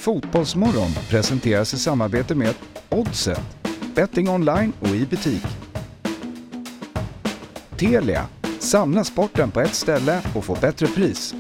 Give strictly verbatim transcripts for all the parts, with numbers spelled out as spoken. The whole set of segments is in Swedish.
Fotbollsmorgon presenteras i samarbete med Oddset, betting online och i butik. Telia, samla sporten på ett ställe och få bättre pris.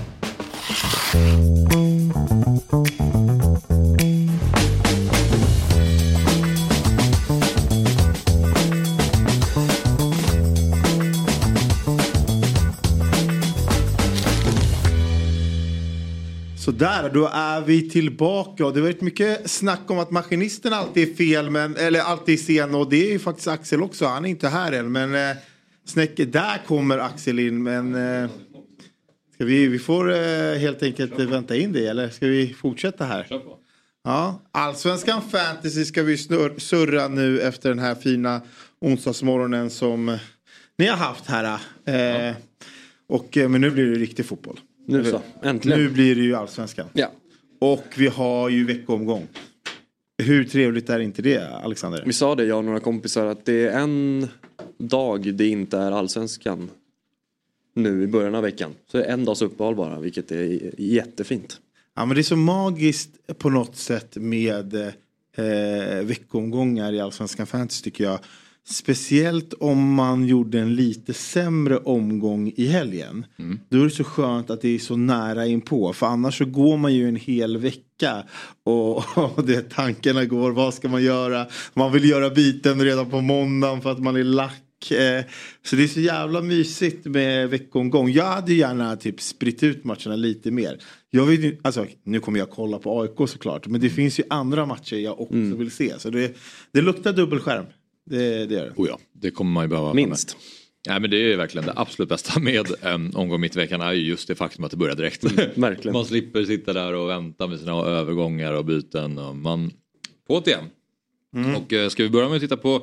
Så där, då är vi tillbaka. Och det har varit mycket snack om att maskinisten alltid är fel, men, eller alltid är sen. Och det är ju faktiskt Axel också, han är inte här än. Men eh, Snäcke, där kommer Axel in. Men eh, ska vi, vi får eh, helt enkelt vänta in det, eller ska vi fortsätta här? Ja, Allsvenskan Fantasy ska vi snurr, surra nu efter den här fina onsdagsmorgonen som ni har haft här. Eh, ja. Och, men nu blir det riktig fotboll. Nu så, äntligen. Nu blir det ju Allsvenskan. Ja. Och vi har ju veckomgång. Hur trevligt är inte det, Alexander? Vi sa det, jag och några kompisar, att det är en dag det inte är Allsvenskan nu i början av veckan. Så det är en dags uppehåll bara, vilket är jättefint. Ja, men det är så magiskt på något sätt med eh, veckomgångar i Allsvenskan Fantasy, tycker jag. Speciellt om man gjorde en lite sämre omgång i helgen. Mm. Då är det så skönt att det är så nära inpå. För annars så går man ju en hel vecka. Och, och det tankarna går. Vad ska man göra? Man vill göra biten redan på måndagen för att man är lack. Eh, så det är så jävla mysigt med veckomgång. Jag hade gärna typ spritt ut matcherna lite mer. Jag vill, alltså, nu kommer jag kolla på A I K såklart. Men det finns ju andra matcher jag också mm. vill se. Så det, det luktar dubbelskärm. Det, det gör det. Oh ja, det kommer man ju behöva. Minst. Nej, men det är ju verkligen det absolut bästa med um, omgång mitt i veckan är ju just det faktum att det börjar direkt. Mm, man slipper sitta där och vänta med sina övergångar och byten. Och man på det igen. Mm. Och uh, ska vi börja med att titta på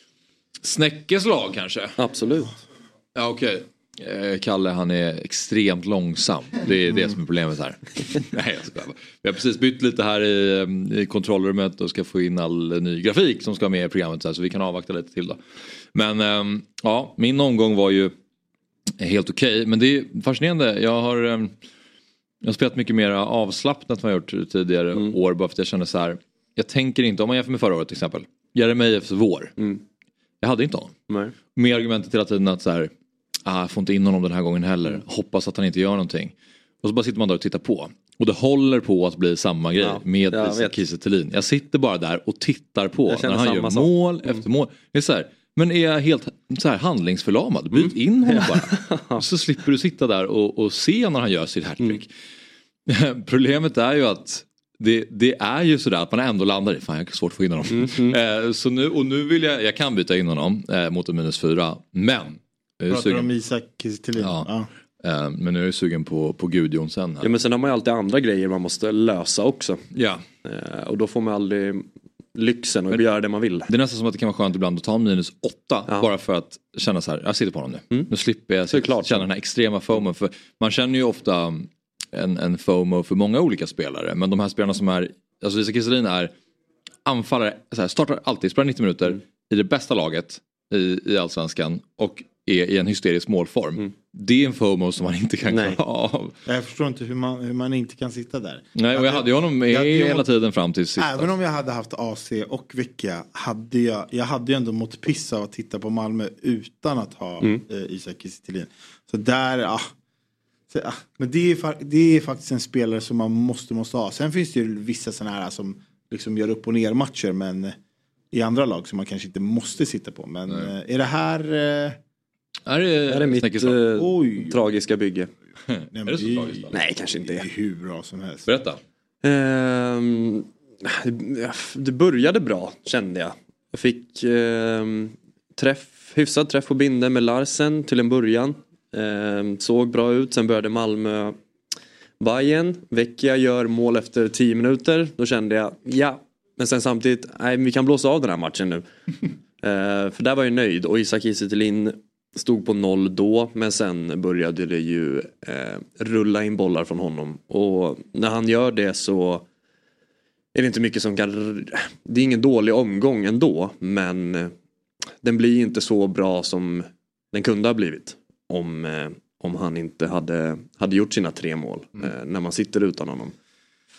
Snäckes lag kanske? Absolut. Ja, okej. Okay. Kalle, han är extremt långsam. Det är det som är problemet här. Nej, jag skojar. Vi har precis bytt lite här i, i kontrollrummet och ska få in all ny grafik som ska med i programmet, så vi kan avvakta lite till då. Men äm, ja, min omgång var ju helt okej. Okay, men det är fascinerande. Jag har, äm, jag har spelat mycket mer avslappnat än vad jag gjort tidigare mm. år, bara för att jag känner så här. Jag tänker inte, om man jämför med förra året till exempel, Jeremejeff vår. Mm. Jag hade inte honom. Nej. Med argumentet hela tiden att så här, ah, jag får inte in honom den här gången heller. Mm. Hoppas att han inte gör någonting. Och så bara sitter man där och tittar på. Och det håller på att bli samma grej ja, med Kiese Thelin. Jag sitter bara där och tittar på när han gör sak. mål mm. efter mål. Det är så här, men är jag helt så här handlingsförlamad? Byt mm. in honom bara. Så slipper du sitta där och, och se när han gör sitt hattrick. Mm. Problemet är ju att Det, det är ju sådär att man ändå landar i, fan jag har svårt att få in honom. Mm, mm. Eh, så nu, och nu vill jag, jag kan byta in honom eh, mot en minus fyra. Men pratar du om Isak Kiese Thelin? Ja. ja. Eh, men nu är jag sugen på, på Gudjonsen här. Ja, men sen har man ju alltid andra grejer man måste lösa också. Ja. Eh, och då får man aldrig lyxen och göra det man vill. Det är nästan som att det kan vara skönt ibland att ta minus åtta. Ja. Bara för att känna så här, jag sitter på honom nu. Mm. Nu slipper jag sitta, känna den här extrema fomen. För man känner ju ofta en, en FOMO för många olika spelare. Men de här spelarna som är, alltså Isak Kiese Thelin är anfallare, så här, startar alltid, spelar nittio minuter mm. i det bästa laget i, i Allsvenskan och är i en hysterisk målform. Mm. Det är en FOMO som man inte kan Nej. klara av. Jag förstår inte hur man, hur man inte kan sitta där. Nej, och jag hade ju honom med hade, hela tiden fram till sista. Även om jag hade haft A C och Vecchia hade jag, jag hade ju ändå mått pissa av att titta på Malmö utan att ha mm. eh, Isak Kiese Thelin. Så där, ja. Så, ja. Men det är, det är faktiskt en spelare som man måste, måste ha. Sen finns det ju vissa sådana här som liksom gör upp och ner matcher, men i andra lag som man kanske inte måste sitta på. Men Nej. är det här... Eh, Är det, är det mitt äh, tragiska bygge? Nej, är det så det, tragiskt? Nej, kanske inte. Det är hur bra som helst. Berätta. Uh, det började bra, kände jag. Jag fick uh, träff, hyfsad träff på binden med Larsen till en början. Uh, såg bra ut. Sen började Malmö Bayern. Vecchia gör mål efter tio minuter. Då kände jag, ja. Men sen samtidigt, nej, vi kan blåsa av den här matchen nu. uh, för där var jag nöjd. Och Isak Kiese Thelin stod på noll då, men sen började det ju eh, rulla in bollar från honom. Och när han gör det så är det inte mycket som kan... Det är ingen dålig omgång ändå, men den blir inte så bra som den kunde ha blivit om, eh, om han inte hade, hade gjort sina tre mål mm. eh, när man sitter utan honom.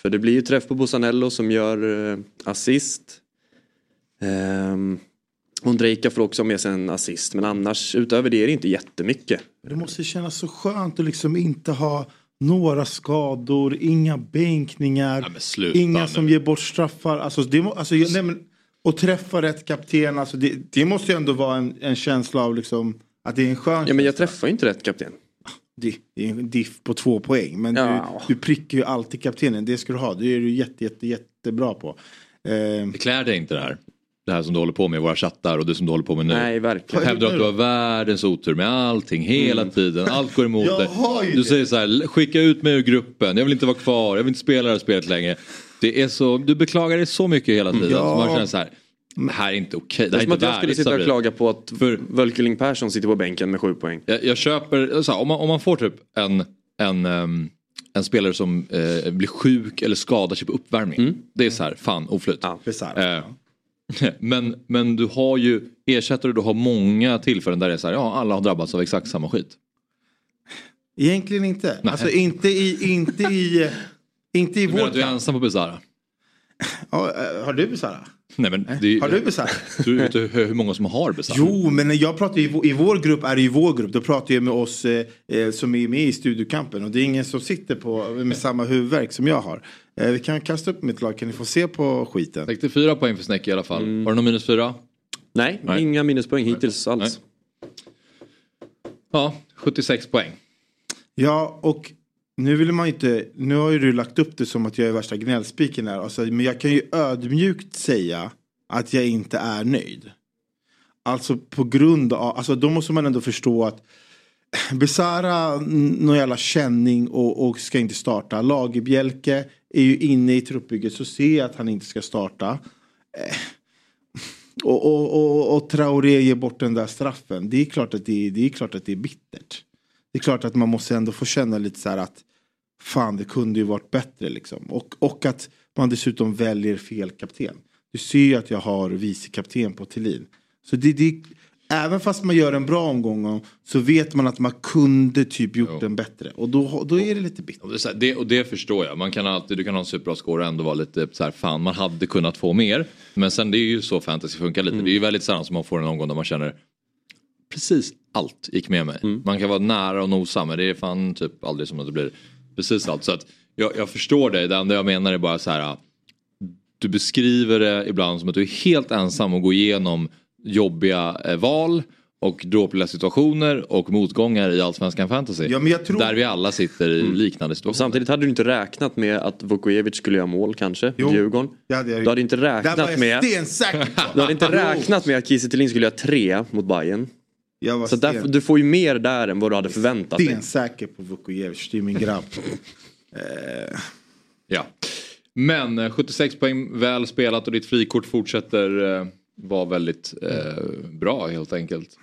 För det blir ju träff på Bosanello som gör eh, assist. Ehm, Ondrejka får också med sig en assist. Men annars utöver det är det inte jättemycket. Det måste kännas så skönt att liksom inte ha några skador, inga bänkningar, ja, inga nu. som ger bort straffar. Alltså, det må, alltså, jag, nej, men, och träffa rätt kapten. Alltså, det, det måste ju ändå vara en, en känsla av liksom, att det är en skön Ja, men jag känsla. träffar ju inte rätt kapten. Det, det är en diff på två poäng. Men Ja. du, du prickar ju alltid kaptenen. Det ska du ha. Det är du jätte, jätte, jättebra på. Eh, Det klär dig inte det här. Det här som du håller på med i våra chattar och det som du håller på med nu. Nej, verkligen. Hävdar att du har världens otur med allting hela Mm. tiden. Allt går emot Jag dig. har ju Du det. säger så här, skicka ut mig ur gruppen. Jag vill inte vara kvar. Jag vill inte spela det här spelet längre. Det är så, du beklagar dig så mycket hela tiden. Ja. Så man känner så här, det här är inte okej. Det Det är här är som inte att jag skulle värdigt. sitta och Sabri. klaga på att För- Völkeling Persson sitter på bänken med sju poäng. Jag, jag köper, så här, om, man, om man får typ en, en, um, en spelare som eh, blir sjuk eller skadar sig på uppvärmning. Mm. Det är så här, fan oflyt. Ja. Bizarre. Eh, men, men du har ju ersättare, du har många tillfällen där det är så här, ja alla har drabbats av exakt samma skit. Egentligen inte. Nej. Alltså inte i, inte i, inte i Du menar vårt att du är land. ensam på Bizarra? Ja, eh, har du Bizarra? Nej men det är, Har du Bizarra? du vet ju hur många som har Bizarra? Jo, men jag pratar ju, i vår- i vår grupp är det ju vår grupp. Då pratar jag med oss eh, eh, som är med i studiokampen. Och det är ingen som sitter på, med samma huvudvärk som jag har. Eh, vi kan kasta upp mitt lag, kan ni få se på skiten? sextiofyra poäng för Snäck i alla fall. Mm. Har du någon minus fyra? Nej, Nej. inga minuspoäng hittills alls. Ja, sjuttiosex poäng. Ja, och nu vill man ju inte, nu har ju du lagt upp det som att jag är värsta gnällspiken här. Alltså, men jag kan ju ödmjukt säga att jag inte är nöjd. Alltså på grund av, alltså då måste man ändå förstå att Bizarra, någon jävla känning och, och ska inte starta. Lagerbjälke är ju inne i truppbygget, så ser jag att han inte ska starta. Eh. Och, och, och, och Traoré ger bort den där straffen. Det är klart att det, det är klart att det är bittert. Det är klart att man måste ändå få känna lite så här att fan, det kunde ju varit bättre liksom. Och, och att man dessutom väljer fel kapten. Du ser ju att jag har vice kapten på Thelin. Så det, det, även fast man gör en bra omgång så vet man att man kunde typ gjort Jo. den bättre. Och då, då är det lite bittert. Och det, är så här, det, och det förstår jag. Man kan alltid, du kan ha en superbra score och ändå vara lite så här, fan man hade kunnat få mer. Men sen det är ju så fantasy funkar lite. Mm. Det är ju väldigt sällan som man får en omgång där man känner precis allt gick med mig. Mm. Man kan vara nära och nosa men det är fan typ aldrig som att det blir precis allt. Så att jag, jag förstår dig. Det enda jag menar är bara så här, du beskriver det ibland som att du är helt ensam och går igenom jobbiga eh, val och dråpliga situationer och motgångar i Allsvenskan Fantasy. Ja, men jag tror... Där vi alla sitter i liknande Och situationer. samtidigt hade du inte räknat med att Vukojevic skulle göra mål kanske. Jo. Djurgården. Det hade jag- Du hade inte Där var räknat jag med... stensäker på. Du hade inte räknat med att Kiese Thelin skulle göra tre mot Bayern. Jag var Så sten, därför, du får ju mer där än vad du hade förväntat dig. stensäker på Vukojevic. Det är min grabb. eh, Ja. Men eh, sjuttiosex poäng väl spelat och ditt frikort fortsätter eh, vara väldigt eh, bra helt enkelt.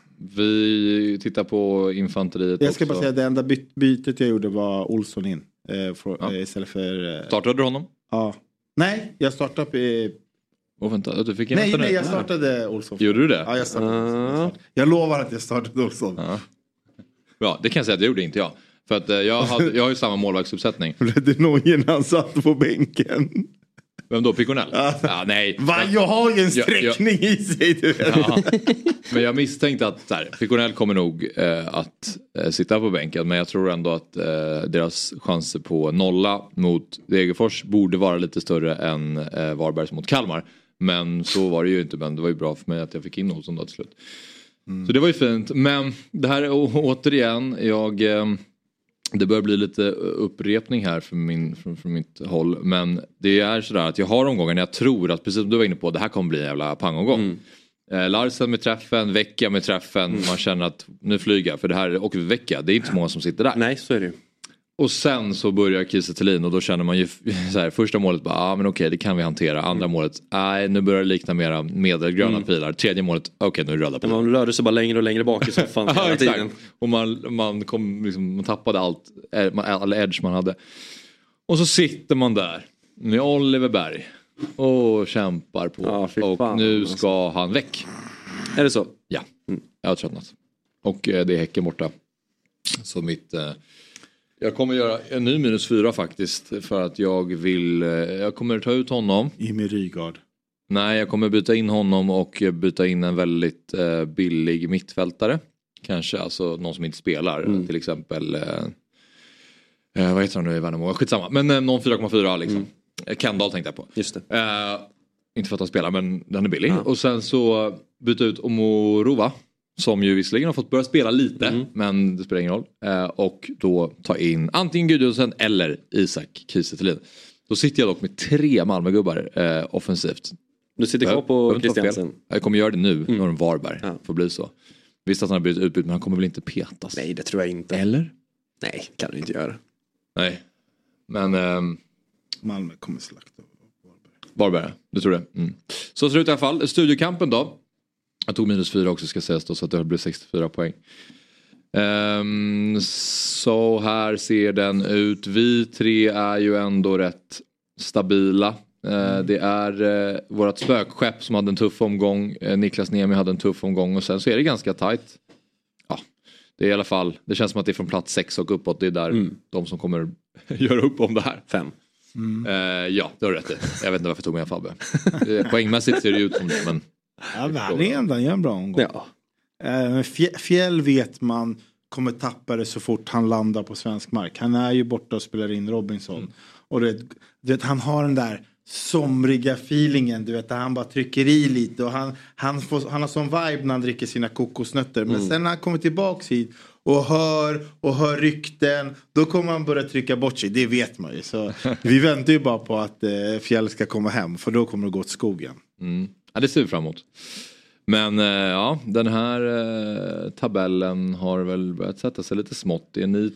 Vi tittar på infanteriet jag ska också. bara säga det enda byt, bytet jag gjorde var Olsson in. Eh, för, Ja. eh, istället för... Eh, Startade du honom? ja. Nej, jag startade... Eh, Oh, vänta, du fick en nej, vänta nej, nu. jag startade Olsson. Gjorde du det? Ja, jag startade Olsson. Jag Ah. startade. Jag lovar att jag startade Olsson. Ja. Ja, det kan jag säga att det gjorde inte jag. För att eh, jag, hade, jag har ju samma målvaktsuppsättning. Blev nojen han satt på bänken? Vem då? Piconell? Ja, nej. Va, jag har ju en Jag- jag- sträckning i sig, du vet. Ja. Men jag misstänkte att så här, Piconell kommer nog eh, att eh, sitta på bänken. Men jag tror ändå att eh, deras chanser på nolla mot Degerfors borde vara lite större än eh, Varbergs mot Kalmar. Men så var det ju inte. Men det var ju bra för mig att jag fick in Olsson då till slut. Mm. Så det var ju fint. Men det här är å- återigen. Jag... Eh, Det börjar bli lite upprepning här från, min, från, från mitt håll. Men det är sådär att jag har omgångar när jag tror att, precis som du var inne på, det här kommer bli en jävla pangomgång. Mm. Eh, Larsen med träffen, Vecchia med träffen. Mm. Man känner att nu flyger jag. För det här, och Vecchia, det är inte så många som sitter där. Nej, så är det ju. Och sen så börjar Kiese Thelin och då känner man ju så här, första målet bara, ja ah, men okej det kan vi hantera. Andra mm. målet, nej nu börjar det likna mera medelgröna mm. pilar. Tredje målet, okej okay, nu är det röda pilar. Man rörde sig bara längre och längre bak i soffan hela ja, tiden. exakt. Och man, man, kom, liksom, man tappade allt, all edge man hade. Och så sitter man där med Oliver Berg och kämpar på. Ja, fy och fan, nu alltså. ska han väck. Är det så? Ja, mm. jag har tröttnat. Och eh, det är Häcken borta. Så mitt... Eh, Jag kommer göra en ny minus fyra faktiskt. För att jag vill... Jag kommer ta ut honom. Jimmy Rygaard. Nej, jag kommer byta in honom och byta in en väldigt eh, billig mittfältare. Kanske, alltså någon som inte spelar. Mm. Till exempel... Eh, eh, vad heter han nu i Värnamo? Skitsamma. Men eh, någon fyra komma fyra liksom. Mm. Kendall tänkte jag på. Just det. Eh, inte för att han spelar, men den är billig. Ja. Och sen så byta ut Omorova. Som ju visserligen har fått börja spela lite. Mm. Men det spelar ingen roll. Eh, och då ta in antingen Gudjonsen eller Isak Kiese Thelin. Då sitter jag dock med tre Malmögubbar eh, offensivt. Du sitter kvar på Christiansen. Jag kommer göra det nu. Mm. Norr Varberg. Ja. Får bli så. Visst att han har blivit utbytt, men han kommer väl inte petas. Nej, det tror jag inte. Eller? Nej, kan du inte göra. Nej. Men... Ehm... Malmö kommer slakta Varberg. Varberg, du tror det. Mm. Så ser det ut i alla fall. Studiokampen då. Jag tog minus fyra också ska sägas då, så att det blir sextiofyra poäng. Um, så här ser den ut. Vi tre är ju ändå rätt stabila. Uh, det är uh, vårat spökskepp som hade en tuff omgång. Uh, Niklas Niemi hade en tuff omgång. Och sen så är det ganska tajt. Ja, det är i alla fall. Det känns som att det är från plats sex och uppåt. Det är där mm. de som kommer göra upp om det här. Fem. Mm. Uh, ja, det har du rätt i. Jag vet inte varför jag tog med Fabbe. uh, Poängmässigt ser det ut som det, men... Ja, Världen gör en bra omgång. Ja. Uh, Fjäll vet man kommer tappa det så fort han landar på svensk mark. Han är ju borta och spelar in Robinson. Mm. Och du vet, du vet, han har den där somriga feelingen, du vet, där han bara trycker i lite och han, han, får, han har sån vibe när han dricker sina kokosnötter. Men mm. sen när han kommer tillbaks hit och hör och hör rykten, då kommer han börja trycka bort sig, det vet man ju. Så vi väntar ju bara på att eh, Fjäll ska komma hem, för då kommer det gå åt skogen. Mm. Ja, det ser vi fram emot. Men eh, ja, den här eh, tabellen har väl börjat sätta sig lite smått. Det är ni,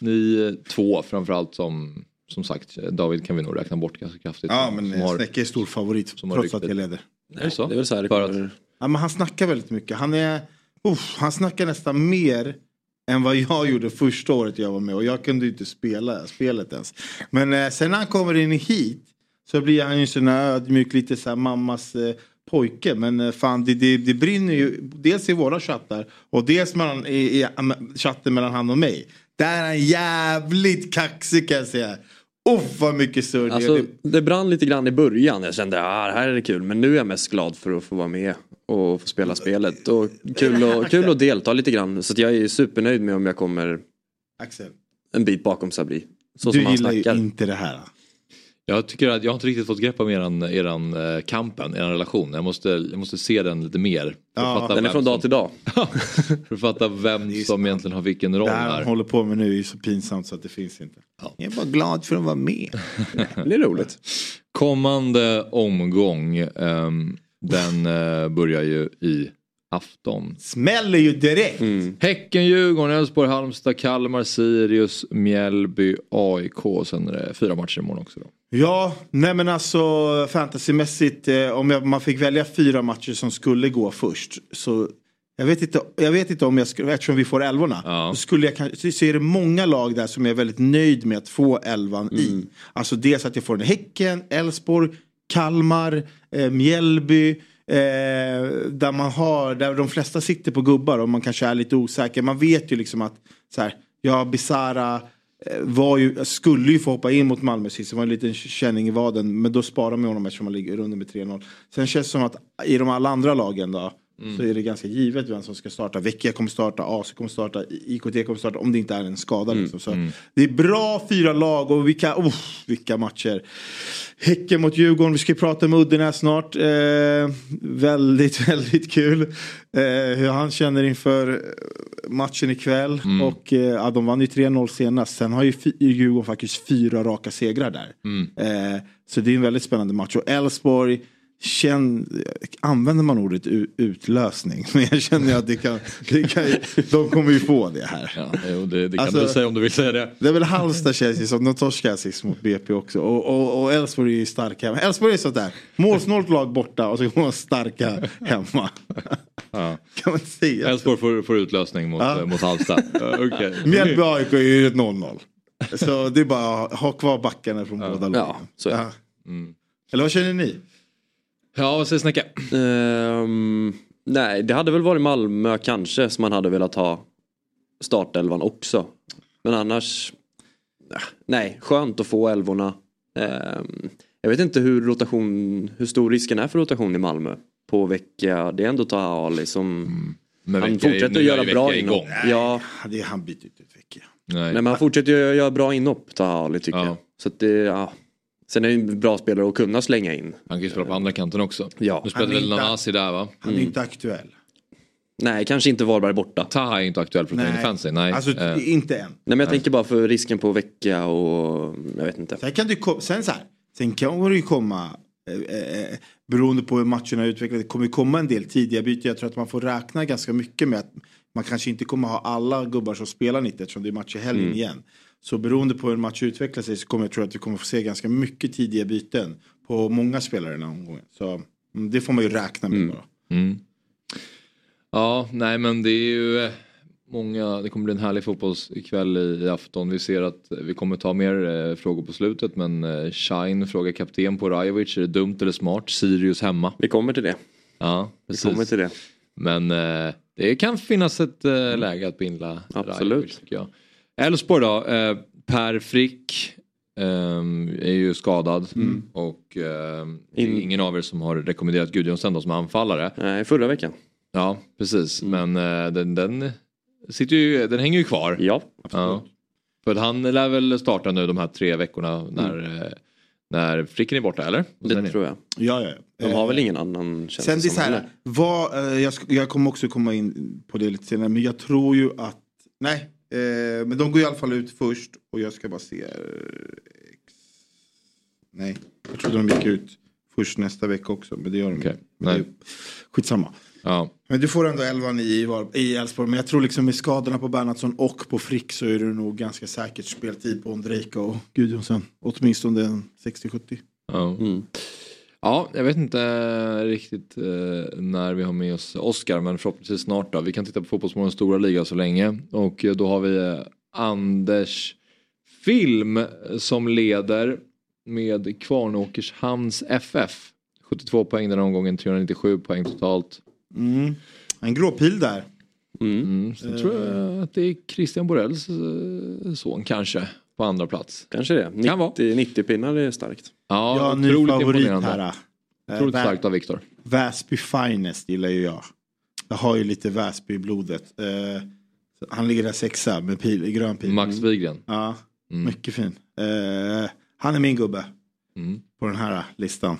ni två framförallt som... Som sagt, David kan vi nog räkna bort ganska kraftigt. Ja, men Snäcke är stor favorit trots att jag leder. Nej, är det så? Det är väl så här det kommer... att... Ja, men han snackar väldigt mycket. Han är... Uff, han snackar nästan mer än vad jag gjorde första året jag var med. Och jag kunde ju inte spela spelet ens. Men eh, sen när han kommer in hit så blir han ju sån här ödmjuk, lite så här mammas eh, pojke. Men eh, fan, det, det, det brinner ju dels i våra chattar och dels mellan, i, i chatten mellan han och mig. Där är han jävligt kaxig, kan jag säga. Oh, vad mycket surr. Alltså, det brann lite grann i början. Jag kände, ja, här är det kul. Men nu är jag mest glad för att få vara med och få spela spelet. Och kul, och, kul att delta lite grann. Så att jag är supernöjd med om jag kommer Axel, en bit bakom Sabri. Så du som han gillar snackar. ju inte det här. Jag tycker att jag har inte riktigt fått grepp om eran, eran eh, kampen, eran relation. Jag måste, jag måste se den lite mer. Ja, den är från dag som, till dag. För att fatta vem som egentligen har vilken roll det här. här. Han håller på med nu är så pinsamt så att det finns inte. Ja. Jag är bara glad för att vara med. Det är roligt. Kommande omgång, um, den uh, börjar ju i afton. Smäller ju direkt. Mm. Häcken, Djurgården, Elfsborg, Halmstad, Kalmar, Sirius, Mjällby, A I K. Sen är det fyra matcher imorgon också då. Ja, nej men alltså fantasymässigt, eh, om jag, man fick välja fyra matcher som skulle gå först, så jag vet inte, jag vet inte om jag skulle, eftersom vi får elvorna, ja. så skulle jag kanske, så är det många lag där som jag är väldigt nöjd med att få elvan mm. i. Alltså dels att jag får den Häcken, Elfsborg, Kalmar, eh, Mjällby, eh, där man har, där de flesta sitter på gubbar och man kanske är lite osäker. Man vet ju liksom att så här, ja, Bizarra var ju, skulle ju få hoppa in mot Malmö sist. Det var en liten känning i vaden. Men då sparar man honom eftersom man ligger under med tre noll. Sen känns det som att i de alla andra lagen då, mm. så är det ganska givet vem som ska starta. Vecchia kommer starta, A C kommer starta, I K T kommer starta, om det inte är en skada. Mm. Liksom. Så mm. det är bra fyra lag och vilka, oh, vilka matcher. Häcken mot Djurgården, vi ska prata med Udden här snart. Eh, väldigt, väldigt kul. Eh, hur han känner inför matchen ikväll. Mm. Och eh, ja, de vann ju tre noll senast. Sen har ju Djurgården faktiskt fyra raka segrar där. Mm. Eh, så det är en väldigt spännande match. Och Elfsborg, känn, använder man ordet utlösning, men jag känner ju att det kan, det kan de kommer ju få det här. Ja, jo, det, det kan alltså, du säga om du vill säga det. Det är väl Halmstad känns ju som de torskar sist mot B P också, och, och, och Elfsborg är ju starka hemma. Elfsborg är sånt där målsnålt lag borta och så går man starka hemma. Ja. Kan man säga. Elfsborg får, får utlösning mot, ja. mot Halmstad. Okay. Mjällby A I K är ju ett noll noll. Så det är bara att ha kvar backarna från ja. båda lagen. Ja, så ja. Mm. Eller vad känner ni? Ja, vad säger Snäcka? Um, nej, det hade väl varit Malmö kanske som man hade velat ha startelvan också. Men annars... nej, skönt att få elvorna. Eh, jag vet inte hur rotation, hur stor risken är för rotation i Malmö på vecka. Det är ändå Taha Ali som mm. Men han fortsätter att göra bra inhopp. Ja, det är han byter ut vecka. Nej. Nej, men han fortsätter att göra bra inhopp, Taha Ali, tycker ja. jag. Så att det, ja. Sen är det en bra spelare att kunna slänga in. Han kan ju spela på andra kanten också. Ja. Nu spelar väl Nanasi där, va? Han är mm. inte aktuell. Nej, kanske inte Varberg borta. Taha är inte aktuell för att ta in i fancy. Nej, alltså uh. inte än. Nej, men jag Nej. tänker bara för risken på vecka och jag vet inte. Sen kan du kom- sen så här, sen kan det ju komma eh, eh, beroende på hur matcherna utvecklas. Det kommer ju komma en del tidiga byten. Jag tror att man får räkna ganska mycket med att man kanske inte kommer ha alla gubbar som spelar nittio eftersom det är match i helgen mm. igen. Så beroende på hur en match utvecklar sig så kommer jag tro att vi kommer få se ganska mycket tidiga byten på många spelare den här omgången. Så det får man ju räkna med mm. bara. Mm. Ja, nej men det är ju många, det kommer bli en härlig fotbollskväll i afton. Vi ser att vi kommer ta mer eh, frågor på slutet, men eh, Shine frågar kapten på Rajovic, är det dumt eller smart? Sirius hemma. Vi kommer till det. Ja, precis. Vi kommer till det. Men eh, det kan finnas ett eh, läge att bindla Absolut. Rajovic, tycker jag. Elfsborg då, eh, Per Frick eh, är ju skadad mm. och eh, In... ingen av er som har rekommenderat Gudjonsen då som anfallare. Nej, förra veckan. Ja, precis. Mm. Men eh, den, den, sitter ju, den hänger ju kvar. Ja, ja. För att han lär väl starta nu de här tre veckorna när, mm. eh, när Fricken är borta, eller? Det sen tror jag. Ja, ja. De har väl ingen annan känsla. Sen det är så här, vad, eh, jag, jag kommer också komma in på det lite senare, men jag tror ju att, nej, eh, men de går i alla fall ut först och jag ska bara se. Eh, nej, jag trodde de gick ut först nästa vecka också, men det gör de okay. inte. Nej. Skitsamma. Ja. Men du får ändå elvan i, i Elfsborg. Men jag tror liksom med skadorna på Bernhardsson och på Frick så är det nog ganska säkert speltid på Ondrejka och Gudjonsen. Åtminstone sextio sjuttio. Ja. Mm. Ja, jag vet inte riktigt eh, när vi har med oss Oskar, men förhoppningsvis snart då. Vi kan titta på Fotbollsmorgonens stora liga så länge. Och eh, då har vi eh, Anders Film som leder med Kvarnåkershamns F F. sjuttiotvå poäng den här omgången, trehundranittiosju poäng totalt. Mm. En grå pil där. Mm. Mm. Så uh. tror jag att det är Christian Borells son kanske på andra plats. Kanske det. nittio, nittio pinnar är starkt. Ja, ja ny favorit här. Otroligt uh, starkt av Viktor. Väsby Finest gillar ju jag. Jag har ju lite Väsby i blodet. Uh, han ligger där sexa med pil, grön pil. Max Wigren. Ja, mm. mycket fin. Uh, han är min gubbe mm. på den här listan.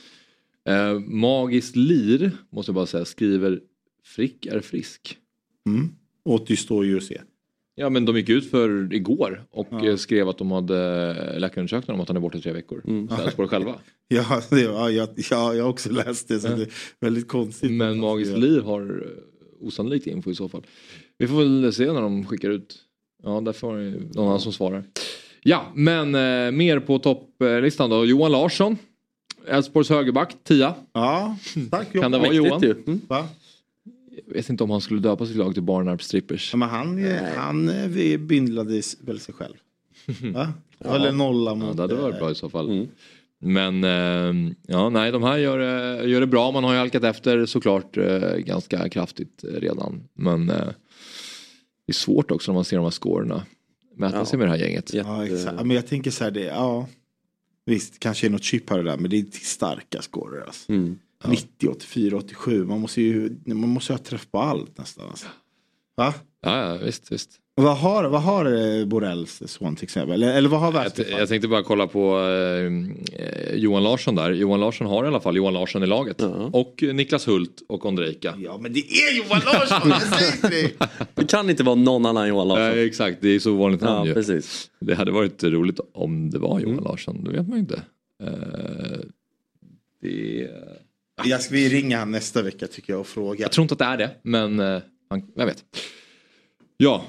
Uh, Magiskt lir, måste jag bara säga, skriver Frick är frisk. Mm. Återstår ju att se. Ja, men de gick ut för igår och ja. skrev att de hade läkarundersökningar om att han är borta i tre veckor. Mm. Så på det själva. Ja, det, ja, jag, ja, jag har också läst det, så ja. det är väldigt konstigt. Men Magiskt lir har osannolikt info i så fall. Vi får väl se när de skickar ut. Ja, därför var det någon annan som svarar. Ja, men eh, mer på topplistan då. Johan Larsson. Elfsborgs högerback, tia. Ja, tack. Kan det vara Johan? Mm. Va? Jag vet inte om han skulle döpa sitt lag till Barnarp Strippers. Ja, men han, han vi bindlade väl sig själv. Va? Ja. Eller nolla mot... Ja, det hade varit bra i så fall. Mm. Men eh, ja, nej, de här gör, gör det bra. Man har ju halkat efter såklart eh, ganska kraftigt redan. Men eh, det är svårt också när man ser de här scorerna. Mäta ja. sig med det här gänget. Ja, exakt. Men jag tänker så här, det, ja... Visst, kanske är något chip här och där, men det är starka scorer alltså. Mm. Ja. nittio, åttiofyra, åttiosju. Man måste ju man måste ha träff på allt nästan. Alltså. Va? Ja, ja, visst, visst. Vad har, vad har Borells son till exempel? Eller, eller vad har Västerfall? Jag, jag tänkte bara kolla på eh, Johan Larsson där. Johan Larsson har i alla fall Johan Larsson i laget. Uh-huh. Och Niklas Hult och Ondrejka. Ja, men det är Johan Larsson, jag säger det. Det kan inte vara någon annan Johan Larsson. Ja, exakt, det är så vanligt namn ja, ju. Precis. Det hade varit roligt om det var Johan mm. Larsson. Det vet man ju inte. Uh, det... Jag ska vi ringa han nästa vecka tycker jag och fråga. Jag tror inte att det är det, men uh, jag vet. Ja.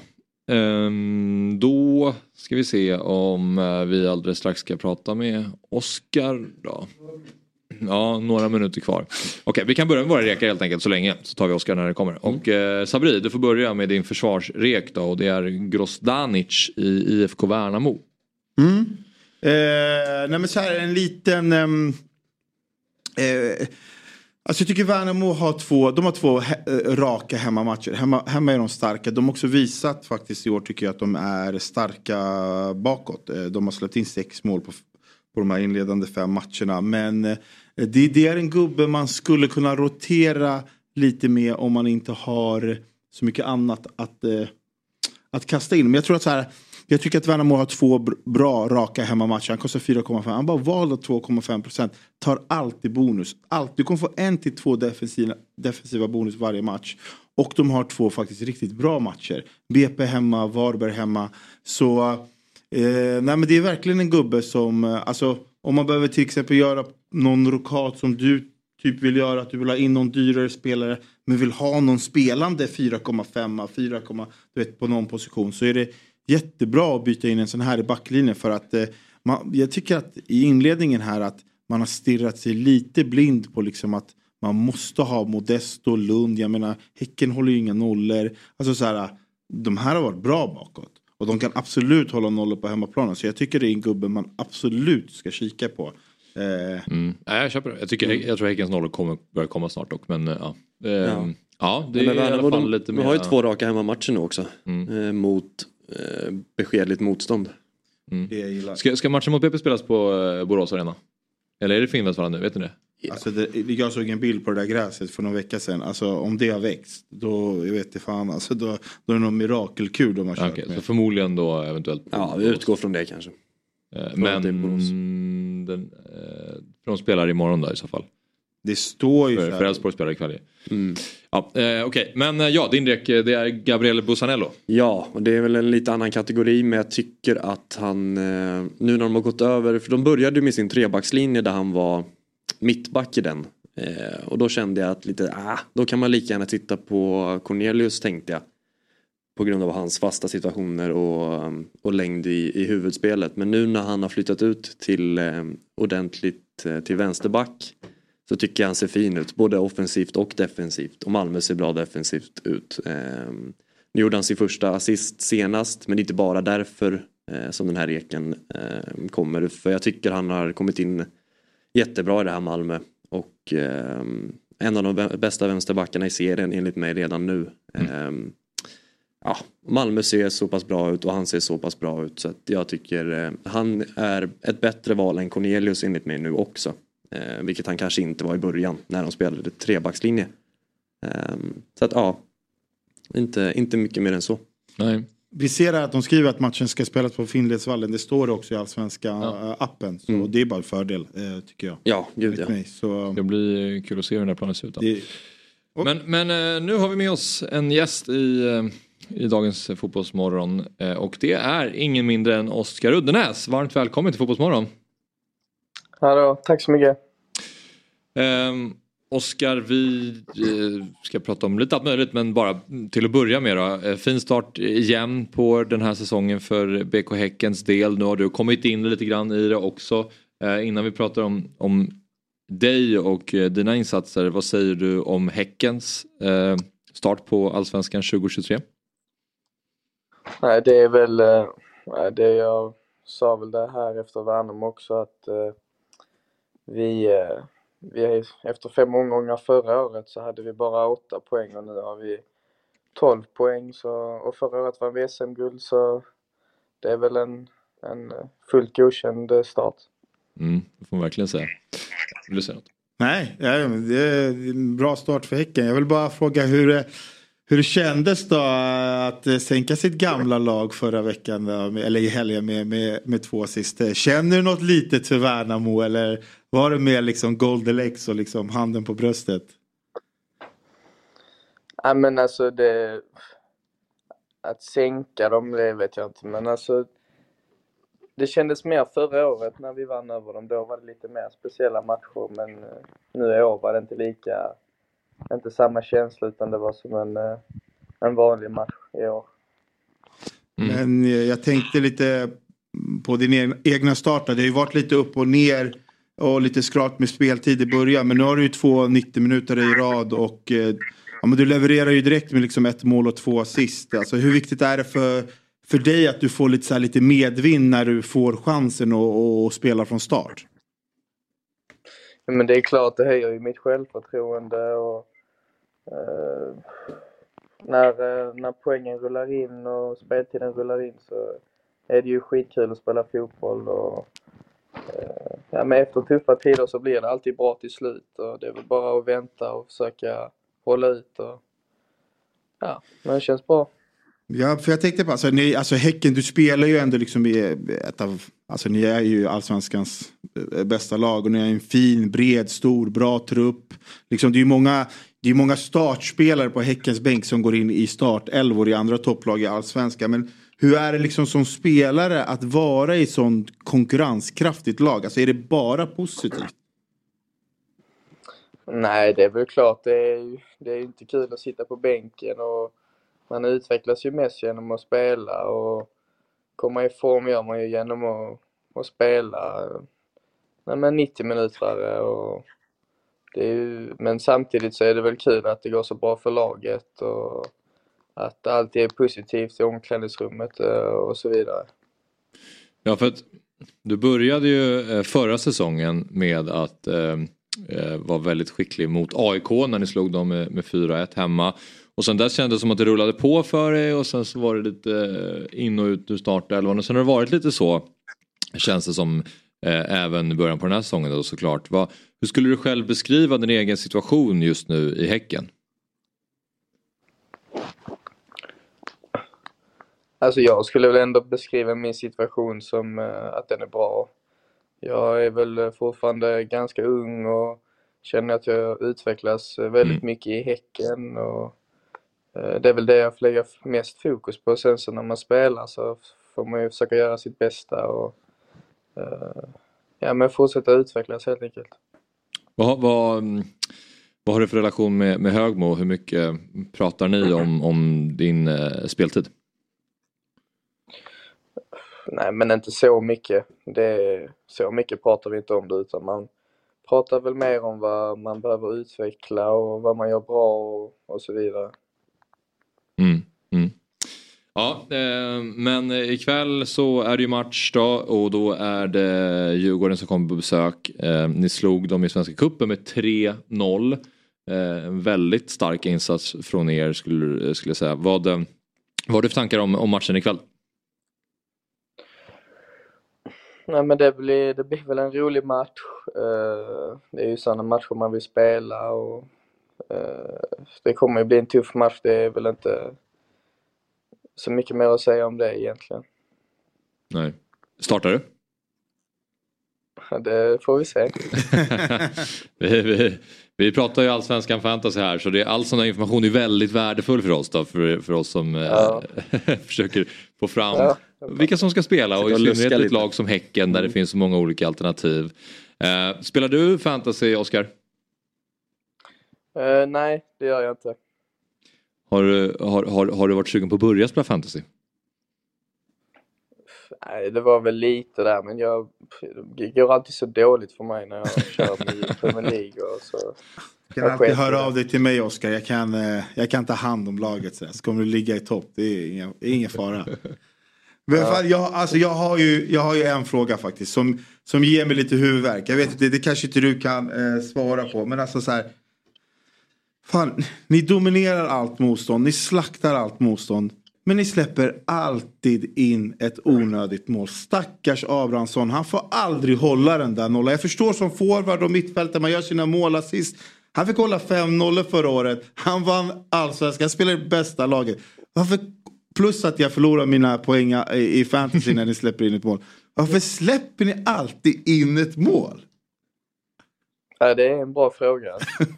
Um, då ska vi se om uh, vi alldeles strax ska prata med Oskar då. Ja, några minuter kvar. Okej, okay, vi kan börja med våra rekar helt enkelt så länge. Så tar vi Oskar när det kommer. Mm. Och uh, Sabri, du får börja med din försvarsrek då. Och det är Grozdanic i I F K Värnamo. Mm. Eh, nej men så här en liten... Um, eh, Alltså jag tycker Värnamo har två, de har två he- raka hemmamatcher. Hemma, hemma är de starka. De har också visat faktiskt i år tycker jag att de är starka bakåt. De har släppt in sex mål på, på de här inledande fem matcherna. Men det, det är en gubbe man skulle kunna rotera lite med om man inte har så mycket annat att, att kasta in. Men jag tror att så här, jag tycker att Värnamo har två bra raka hemmamatcher. Han kostar fyra komma fem. Han bara valde två komma fem procent. Tar alltid bonus. Allt. Du kommer få en till två defensiva, defensiva bonus varje match. Och de har två faktiskt riktigt bra matcher. B P hemma, Varberg hemma. Så eh, nej men det är verkligen en gubbe som, alltså om man behöver till exempel göra någon rokat som du typ vill göra, att du vill ha in någon dyrare spelare men vill ha någon spelande fyra komma fem, fyra, du vet, på någon position, så är det jättebra att byta in en sån här i backlinjen för att eh, man, jag tycker att i inledningen här att man har stirrat sig lite blind på liksom att man måste ha Modesto, Lund, jag menar Häcken håller ju inga nollor, alltså så här, de här har varit bra bakåt och de kan absolut hålla nollor på hemmaplanen, så jag tycker det är en gubbe man absolut ska kika på. Eh. Mm. Nej, jag köper det. Jag, tycker, jag tror Häckens nollor kommer börja komma snart dock, men ja. Eh, ja. ja, det är men i alla fall de, lite mer. De har ju två raka hemmamatcher nu också mm. eh, mot eh, beskedligt motstånd. Mm. Det jag gillar. Ska, ska matchen mot P P spelas på eh, Borås Arena? Eller är det Finnvedsvallen nu, vet ni det? Ja. Alltså det, jag såg en bild på det där gräset för någon vecka sedan. Alltså om det har växt, då jag vet inte fan, alltså då, då är det någon mirakelkur de har kört okay, med. Så förmodligen då eventuellt. Ja, vi utgår från det kanske. Eh, men den, eh, de spelar imorgon då i så fall. Det står ju för för Elfsborg spelar ikväll. Mm. Ja, eh, okej, okay. Men ja, din rek, det är Gabriele Bussanello. Ja, och det är väl en lite annan kategori, men jag tycker att han eh, nu när de har gått över, för de började med sin trebackslinje där han var mittback i den. Eh, och då kände jag att lite, ah, då kan man lika gärna titta på Cornelius, tänkte jag. På grund av hans fasta situationer och, och längd i, i huvudspelet. Men nu när han har flyttat ut till eh, ordentligt eh, till vänsterback, så tycker jag han ser fin ut. Både offensivt och defensivt. Och Malmö ser bra defensivt ut. Eh, nu gjorde han sin första assist senast, men inte bara därför eh, som den här reken eh, kommer. För jag tycker han har kommit in jättebra i det här Malmö. Och eh, en av de bästa vänsterbackarna i serien enligt mig redan nu. Mm. Eh, Ja, Malmö ser så pass bra ut och han ser så pass bra ut, så att jag tycker eh, han är ett bättre val än Cornelius enligt mig nu också. Eh, vilket han kanske inte var i början när de spelade trebackslinje. Eh, så att ja, inte, inte mycket mer än så. Nej. Vi ser att de skriver att matchen ska spelas på Finnledsvallen. Det står också i Allsvenska ja. appen. Så mm. det är bara en fördel, eh, tycker jag. Ja, gud ja. Mig, så... Det blir kul att se hur den här planen ser ut. Det... Och... Men, men eh, nu har vi med oss en gäst i... Eh... i dagens fotbollsmorgon, och det är ingen mindre än Oskar Uddenäs. Varmt välkommen till Fotbollsmorgon. Hallå, tack så mycket. Um, Oskar, vi uh, ska prata om lite allt möjligt, men bara till att börja med då. Uh, fin start igen på den här säsongen för B K Häckens del. Nu har du kommit in lite grann i det också. Uh, innan vi pratar om, om dig och uh, dina insatser, vad säger du om Häckens uh, start på Allsvenskan tjugo tjugotre? Nej, det är väl eh, det jag sa väl det här efter Värnamo också, att eh, vi, eh, vi efter fem omgångar förra året så hade vi bara åtta poäng och nu har vi tolv poäng, så, och förra året var vi S M-guld, så det är väl en, en fullt godkänd start. Mm, det får man verkligen säga. Vill du säga något? Nej, det är en bra start för Häcken. Jag vill bara fråga hur Hur det kändes då att sänka sitt gamla lag förra veckan då, eller i helgen med, med, med två assist? Känner du något litet för Värnamo, eller var det mer liksom Golden-Lex och liksom handen på bröstet? Ja, men alltså det, att sänka dem, det vet jag inte, men alltså det kändes mer förra året när vi vann över dem. Då var det lite mer speciella matcher, men nu i år var det inte lika, inte samma känsla, utan det var som en, en vanlig match i år. Mm. Men jag tänkte lite på din egna start. Det har ju varit lite upp och ner och lite skralt med speltid i början. Men nu har du ju två nittio minuter i rad och ja, men du levererar ju direkt med liksom ett mål och två assist. Alltså, hur viktigt är det för, för dig att du får lite, så här, lite medvind när du får chansen och, och, och spelar från start? Men det är klart, det höjer ju mitt självförtroende och eh, när, eh, när poängen rullar in och speltiden rullar in så är det ju skitkul att spela fotboll och eh, ja, men efter tuffa tider så blir det alltid bra till slut och det är väl bara att vänta och försöka hålla ut och ja, men det känns bra. Ja, för jag tänkte på, alltså, ni, alltså Häcken, du spelar ju ändå liksom i ett av, alltså ni är ju allsvenskans bästa lag och ni är en fin, bred, stor, bra trupp. Liksom, det är ju många, det är många startspelare på Häckens bänk som går in i startelvor i andra topplag i allsvenskan. Men hur är det liksom som spelare att vara i ett sånt konkurrenskraftigt lag? Alltså är det bara positivt? Nej, det är väl klart. Det är ju det är inte kul att sitta på bänken och man utvecklas ju mest genom att spela och komma i form gör man ju genom att, att spela nej, men nittio minuter och det är ju, men samtidigt så är det väl kul att det går så bra för laget och att allt är positivt i omklädningsrummet och så vidare. Ja, för att du började ju förra säsongen med att eh, vara väldigt skicklig mot A I K när ni slog dem med, med fyra ett hemma. Och sen där kändes det som att det rullade på för dig och sen så var det lite in och ut ur startelvan och sen har det varit lite så, känns det som, eh, även i början på den här säsongen då såklart. Va, hur skulle du själv beskriva din egen situation just nu i Häcken? Alltså jag skulle väl ändå beskriva min situation som uh, att den är bra. Jag är väl fortfarande ganska ung och känner att jag utvecklas väldigt mm. mycket i Häcken och det är väl det jag lägger mest fokus på. Sen så när man spelar så får man ju försöka göra sitt bästa och uh, ja, men fortsätta utvecklas helt enkelt. Vad, vad, vad har du för relation med, med Högmo? Hur mycket pratar ni om, om din uh, speltid? Nej, men inte så mycket. Det är, så mycket pratar vi inte om det utan man pratar väl mer om vad man behöver utveckla och vad man gör bra och, och så vidare. Mm, mm. Ja, eh, men ikväll så är det ju match då och då är det Djurgården som kommer på besök. Eh, ni slog dem i Svenska cupen med tre noll. Eh, en väldigt stark insats från er skulle, skulle jag säga. Vad, vad har du för tankar om, om matchen ikväll? Nej, men det blir, det blir väl en rolig match. Uh, det är ju sådana matcher man vill spela och uh, det kommer ju bli en tuff match. Det är väl inte så mycket mer att säga om det egentligen. Nej. Startar du? Det får vi se. vi, vi, vi pratar ju allsvenskan fantasy här så det är all sån här information är väldigt värdefull för oss då, för, för oss som ja. eh, försöker få fram ja. vilka som ska spela och i synnerhet ett lag som Häcken där mm. det finns så många olika alternativ. Eh, spelar du fantasy, Oskar? Uh, nej, det gör jag inte. Har, har, har, har du varit sugen på att börja spela fantasy? Nej, det var väl lite där, men jag det går alltid så dåligt för mig när jag kör i Premier League och så. Du kan alltid höra av dig till mig, Oskar. Jag kan, jag kan ta hand om laget så, så kommer du ligga i topp. Det är ingen, ingen fara. Men ja. jag, alltså, jag, har ju, jag har ju en fråga faktiskt som, som ger mig lite huvudvärk. Jag vet inte, det kanske inte du kan eh, svara på, men alltså så här. Fan, ni dominerar allt motstånd, ni slaktar allt motstånd. Men ni släpper alltid in ett onödigt mål. Stackars Abrahamsson, han får aldrig hålla den där nollan. Jag förstår som forward och mittfältare, man gör sina mål assist. Han fick hålla fem noll förra året. Han vann allsvenskan, han spelar i bästa laget. Varför, plus att jag förlorar mina poäng i fantasy när ni släpper in ett mål. Varför släpper ni alltid in ett mål? Ja, det är en bra fråga.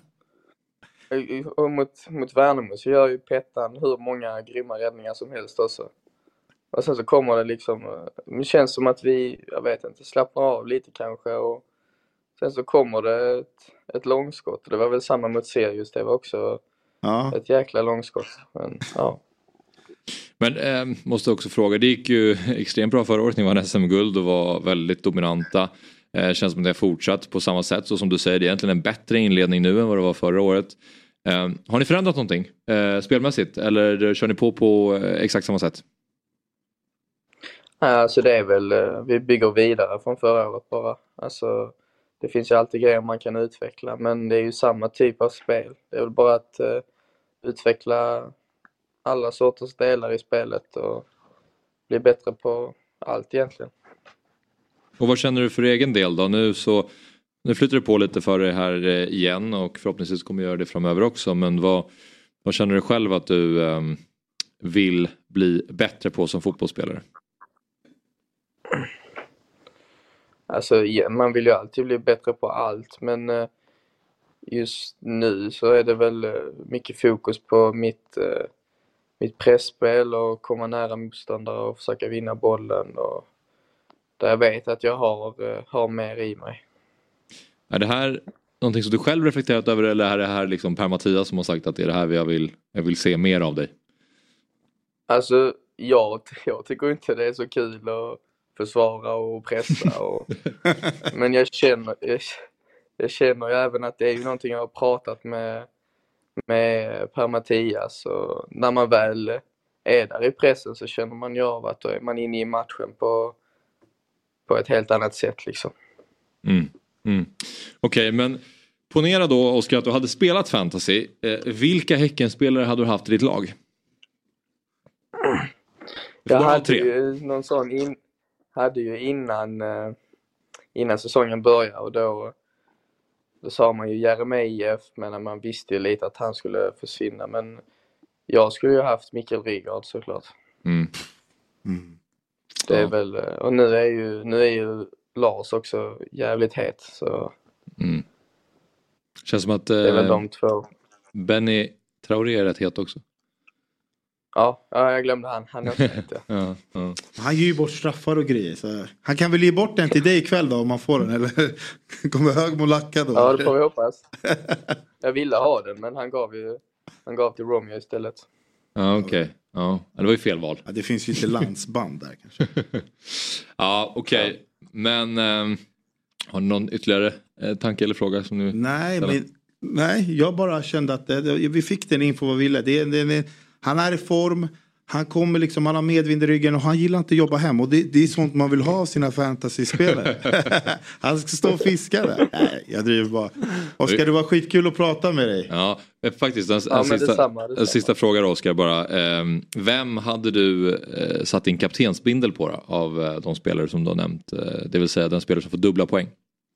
Och mot, mot Värnamo så gör ju Pettan hur många grymma räddningar som helst också. Och sen så kommer det liksom, det känns som att vi, jag vet inte, slappnar av lite kanske och sen så kommer det ett, ett långskott. Det var väl samma mot Sirius, det var också ja. ett jäkla långskott. Men, ja. Men eh, måste också fråga, det gick ju extremt bra förra året, ni var en S M-guld och var väldigt dominanta. Eh, känns som att det har fortsatt på samma sätt. Så som du säger, det är egentligen en bättre inledning nu än vad det var förra året. Eh, har ni förändrat någonting eh, spelmässigt? Eller kör ni på på eh, exakt samma sätt? Alltså det är väl, vi bygger vidare från förra året bara. Alltså det finns ju alltid grejer man kan utveckla, men det är ju samma typ av spel. Det är väl bara att uh, utveckla alla sorters delar i spelet och bli bättre på allt egentligen. Och vad känner du för egen del då? Nu så nu flyttar du på lite för det här igen och förhoppningsvis kommer göra det framöver också. Men vad, vad känner du själv att du um, vill bli bättre på som fotbollsspelare? Alltså ja, man vill ju alltid bli bättre på allt, men uh, just nu så är det väl uh, mycket fokus på mitt, uh, mitt pressspel och komma nära motståndare och försöka vinna bollen, och där jag vet att jag har, uh, har mer i mig. Är det här någonting som du själv reflekterat över, eller är det här liksom Per Mattias som har sagt att det är det här jag vill, jag vill se mer av dig? Alltså jag, jag tycker inte det är så kul att försvara och pressa. Och, men jag känner, jag, jag känner ju även att det är ju någonting jag har pratat med, med Per Mattias. Och när man väl är där i pressen så känner man ju av att då är man inne i matchen på, på ett helt annat sätt liksom. Mm. Mm. Okej, okay, men ponera då, Oskar, att du hade spelat fantasy. Eh, vilka Häckenspelare hade du haft i ditt lag? Jag hade tre. ju någon sån in, hade ju innan eh, innan säsongen började, och då då sa man ju Jeremejeff, men man visste ju lite att han skulle försvinna, men jag skulle ju haft Mikael Rygaard såklart. Mm. Mm. Det är ja. väl, och nu är ju nu är ju Lars också jävligt het, så mm. Känns som att det är väl de två. Benny Traoré är rätt het också. Ja, ja, jag glömde han. Han är också het, ja. ja, ja. Han ger ju bort straffar och grejer. Så han kan väl ge bort den till dig ikväll då, om man får den. Eller kommer hög och lacka då. Ja, det får vi hoppas. Jag ville ha den, men han gav ju han gav till Romeo istället. Ja, okej. Okay. Ja, det var ju fel val. Ja, det finns ju lite landsband där kanske. ja, okej. Okay. Men eh, har du någon ytterligare eh, tanke eller fråga som nu? Nej, men, nej, jag bara kände att det, vi fick den info vad vi ville. Det, det, det, han är i form, han kommer liksom, han har medvind i ryggen och han gillar inte att jobba hem. Och det, det är sånt man vill ha av sina fantasy-spelare. Han ska stå och fiska där. Nej, jag driver bara. Oskar, det var skitkul att prata med dig. Ja, faktiskt. En, ja, en sista, detsamma, detsamma. En sista fråga då, Oskar, bara. Vem hade du satt din kaptensbindel på då, av de spelare som du har nämnt? Det vill säga den spelare som får dubbla poäng.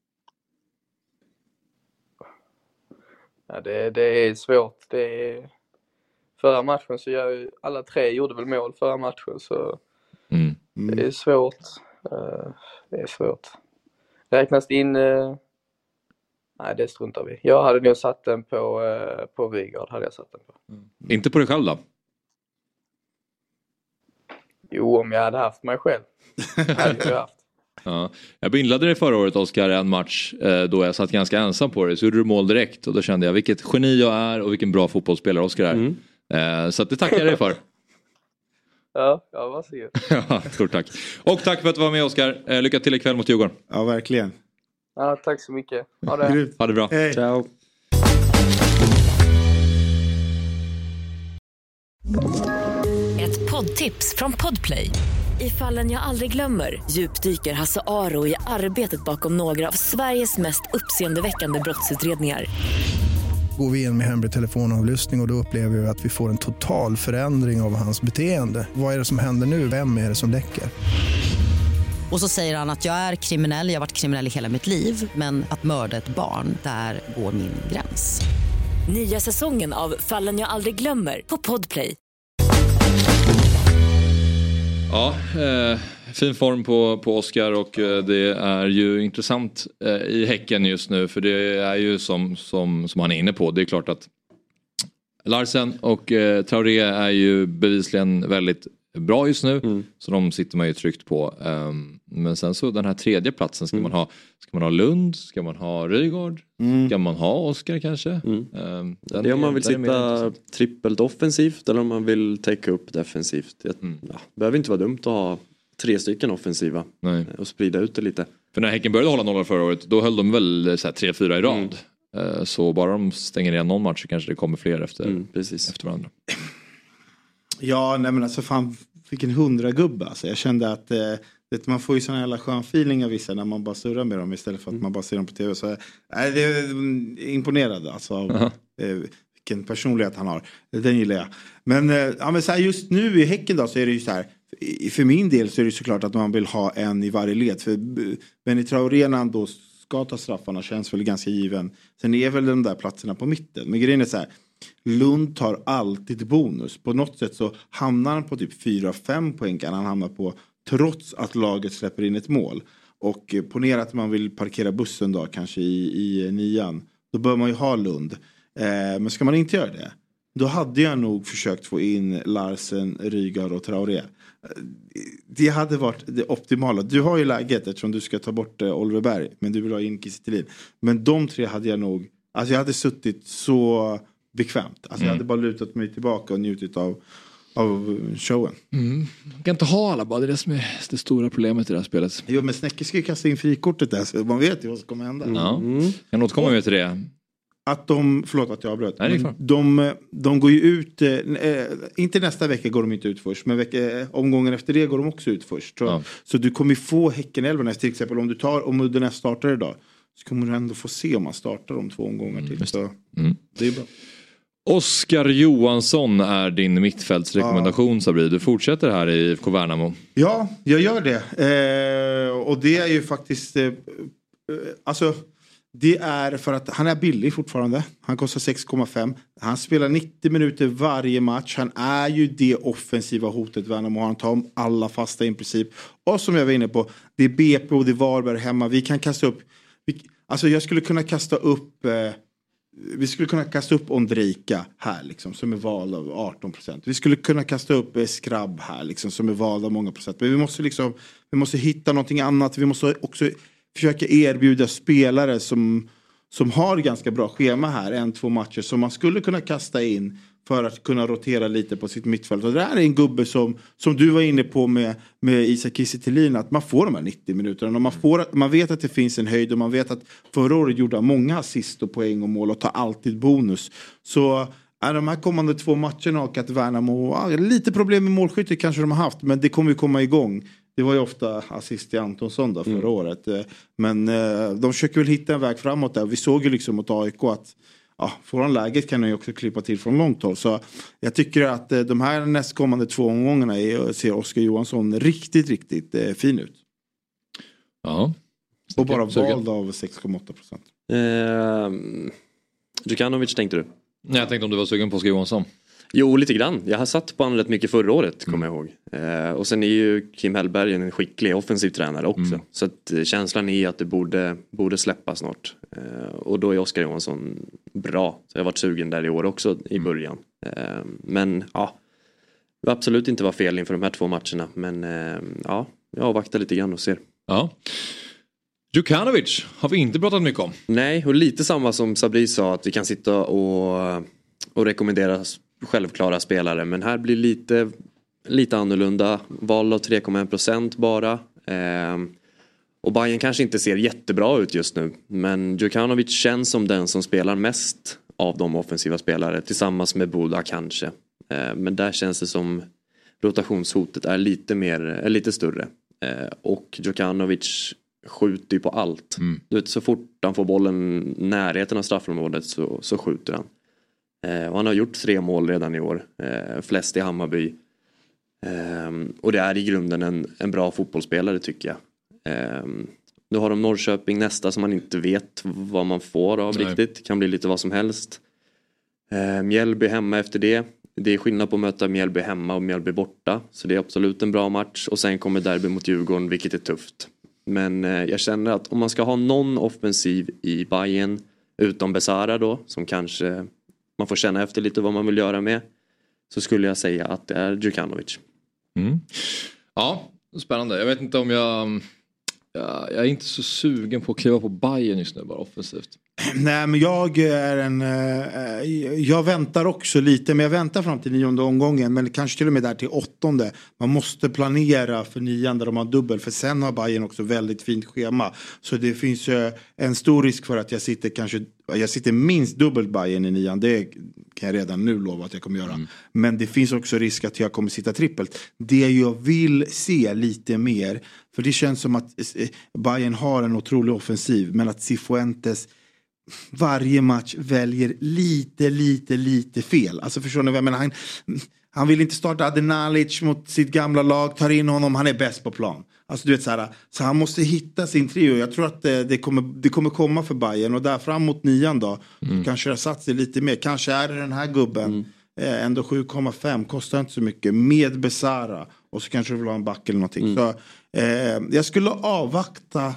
Ja, det, det är svårt. Det är... Förra matchen så gör ju, alla tre gjorde väl mål förra matchen, så mm. Mm. det är svårt. Uh, det är svårt. Räknas in... Uh, nej, det struntar vi. Jag hade nog satt den på, uh, på Rygaard, hade jag satt den på. Mm. Inte på dig själv då? Jo, om jag hade haft mig själv. hade jag haft. Ja. Jag bindlade dig förra året, Oskar, en match eh, då jag satt ganska ensam på det. Så gjorde du mål direkt och då kände jag vilket geni jag är och vilken bra fotbollsspelare Oskar är. Mm. Eh, så att det tackar jag dig för. Ja, ja, varsågod. Ja, stort tack. Och tack för att du var med, Oskar. Eh, lycka till ikväll mot Djurgården. Ja, verkligen. Ja, tack så mycket. Ha det. Ha det bra. Hej. Ciao. Ett poddtips från Podplay. I Fallen jag aldrig glömmer djupdyker Hasse Aro i arbetet bakom några av Sveriges mest uppseendeväckande brottsutredningar. Går vi in med hemlig telefonavlyssning och, och då upplever vi att vi får en total förändring av hans beteende. Vad är det som händer nu? Vem är det som läcker? Och så säger han att jag är kriminell, jag har varit kriminell i hela mitt liv. Men att mörda ett barn, där går min gräns. Nya säsongen av Fallen jag aldrig glömmer på Podplay. Ja, eh, fin form på, på Oskar, och eh, det är ju intressant eh, i Häcken just nu, för det är ju som, som, som han är inne på, det är klart att Larsen och eh, Traoré är ju bevisligen väldigt bra just nu, mm. så de sitter man ju tryckt på. Um, men sen så den här tredje platsen, ska, mm. man ha, ska man ha Lund, ska man ha Rygaard, mm. ska man ha Oskar kanske? Mm. Um, det är om man vill sitta trippelt offensivt eller om man vill täcka upp defensivt. Det mm. ja, behöver inte vara dumt att ha tre stycken offensiva. Nej. Och sprida ut det lite. För när Häcken började hålla nollor förra året, då höll de väl så här, tre, fyra i rad. Mm. Uh, så bara de stänger igen någon match så kanske det kommer fler efter, mm, precis. efter varandra. Ja, nej men alltså fan, fick en hundra gubbe. Alltså. Jag kände att eh, vet, man får ju såna jävla skön feeling av vissa när man bara surrar med dem istället för att mm. man bara ser dem på tv. Så äh, det är imponerad alltså av uh-huh. eh, vilken personlighet han har. Den gillar jag. Men, eh, ja, men så här, just nu i Häcken då så är det ju så här. För min del så är det såklart att man vill ha en i varje led. För Benny Traoré när han då ska ta straffarna känns väl ganska given. Sen är väl de där platserna på mitten. Men grejen är så här. Lund tar alltid bonus. På något sätt så hamnar han på typ fyra fem poäng kan han hamna på. Trots att laget släpper in ett mål. Och ponera att man vill parkera bussen då kanske i, i nian. Då bör man ju ha Lund. Eh, men ska man inte göra det. Då hade jag nog försökt få in Larsen, Rygaard och Traoré. Det hade varit det optimala. Du har ju läget eftersom du ska ta bort eh, Oliver Berg. Men du vill ha in Kiese Thelin. Men de tre hade jag nog. Alltså jag hade suttit så bekvämt. Alltså mm. jag hade bara lutat mig tillbaka och njutit av, av showen. Mm. Man kan inte ha alla bara. Det är det som är det stora problemet i det här spelet. Jo men Snäcke ska ju kasta in frikortet där. Så man vet ju vad som kommer hända. Mm. Ja. Mm. Jag återkommer med till det. Att de, förlåt att jag avbröt. Nej, men de, de går ju ut, eh, inte nästa vecka går de inte ut först. Men vecka, omgången efter det går de också ut först. Så, ja. så du kommer få Häckenälvarna. Till exempel om du tar, om Uddenäs startar idag. Så kommer du ändå få se om man startar de två omgångar till. Mm, så mm. det är bra. Oskar Johansson är din mittfältsrekommendation, ja. Sabri. Du fortsätter här i I F K Värnamo. Ja, jag gör det. Eh, och det är ju faktiskt... Eh, alltså... Det är för att han är billig fortfarande. Han kostar sex komma fem. Han spelar nittio minuter varje match. Han är ju det offensiva hotet Värnamo. Han tar om alla fasta i princip. Och som jag var inne på. Det är B P och det är Varberg hemma. Vi kan kasta upp. Vi, alltså jag skulle kunna kasta upp. Eh, vi skulle kunna kasta upp Ondrejka här liksom. Som är vald av arton procent. Vi skulle kunna kasta upp eh, Skrabb här liksom. Som är vald av många procent. Men vi måste liksom. Vi måste hitta någonting annat. Vi måste också. Försöka erbjuda spelare som, som har ganska bra schema här. En, två matcher som man skulle kunna kasta in för att kunna rotera lite på sitt mittfält. Och det här är en gubbe som, som du var inne på med, med Isak Kiese Thelin. Att man får de här nittio minuterna. Och man, får, man vet att det finns en höjd. Och man vet att förra året gjorde många assist och poäng och mål. Och tar alltid bonus. Så är de här kommande två matcherna och att Värnamo. Ja, lite problem med målskytte kanske de har haft. Men det kommer ju komma igång. Det var ju ofta assist till Antonsson då förra mm. året. Men eh, de försöker väl hitta en väg framåt där. Vi såg ju liksom mot A I K att ja, får han läget kan han ju också klippa till från långt håll. Så jag tycker att eh, de här nästkommande två omgångarna är, ser Oskar Johansson riktigt, riktigt eh, fin ut. Ja. Och bara vald av sex komma åtta procent. Eh, Djukanovic tänkte du? Nej, jag tänkte om du var sugen på Oskar Johansson. Jo, lite grann. Jag har satt på honom rätt mycket förra året, kommer jag ihåg. Eh, och sen är ju Kim Hellberg en skicklig offensiv tränare också. Mm. Så att, eh, känslan är att det borde, borde släppa snart. Eh, och då är Oskar Johansson bra. Så jag har varit sugen där i år också i början. Eh, men ja, det var absolut inte var fel inför de här två matcherna. Men eh, ja, jag avvaktar lite grann och ser. Ja. Djukanovic har vi inte pratat mycket om. Nej, och lite samma som Sabri sa, att vi kan sitta och, och rekommendera självklara spelare, men här blir lite lite annorlunda. Val av tre komma en procent bara. Eh, och Bayern kanske inte ser jättebra ut just nu, men Djukanovic känns som den som spelar mest av de offensiva spelare tillsammans med Boda kanske. Eh, men där känns det som rotationshotet är lite mer är lite större. Eh, och Djukanovic skjuter ju på allt. Mm. Du vet, så fort han får bollen närheten av straffområdet så, så skjuter han. Eh, och han har gjort tre mål redan i år. Eh, flest i Hammarby. Eh, och det är i grunden en, en bra fotbollsspelare tycker jag. Eh, nu har de Norrköping nästa som man inte vet vad man får av Nej. riktigt. Kan bli lite vad som helst. Eh, Mjällby hemma efter det. Det är skillnad på att möta Mjällby hemma och Mjällby borta. Så det är absolut en bra match. Och sen kommer derby mot Djurgården, vilket är tufft. Men eh, jag känner att om man ska ha någon offensiv i Bayern, utom Besara då, som kanske man får känna efter lite vad man vill göra med, så skulle jag säga att det är Djukanovic. Mm. Ja, spännande. Jag vet inte om jag... Jag är inte så sugen på att kliva på Bayern just nu, bara offensivt. Nej, men jag är en... Jag väntar också lite, men jag väntar fram till nionde omgången, men kanske till och med där till åttonde. Man måste planera för nian där de har dubbel, för sen har Bayern också väldigt fint schema. Så det finns en stor risk för att jag sitter kanske... Jag sitter minst dubbelt Bayern i nian, det kan kan jag redan nu lova att jag kommer göra. Mm. Men det finns också risk att jag kommer sitta trippelt. Det jag vill se lite mer, för det känns som att Bayern har en otrolig offensiv, men att Cifuentes varje match väljer lite, lite, lite fel. Alltså förstår ni vad jag menar? Han, han vill inte starta Adenalic mot sitt gamla lag, tar in honom, han är bäst på plan. Alltså du vet så här, så han måste hitta sin trio. Jag tror att det, det, kommer, det kommer komma för Bayern, och där fram mot nian då mm. kanske det har satt sig lite mer. Kanske är det den här gubben mm. eh, ändå sju komma fem, kostar inte så mycket, med Besara, och så kanske du vill ha en back eller någonting. Mm. Så eh, jag skulle avvakta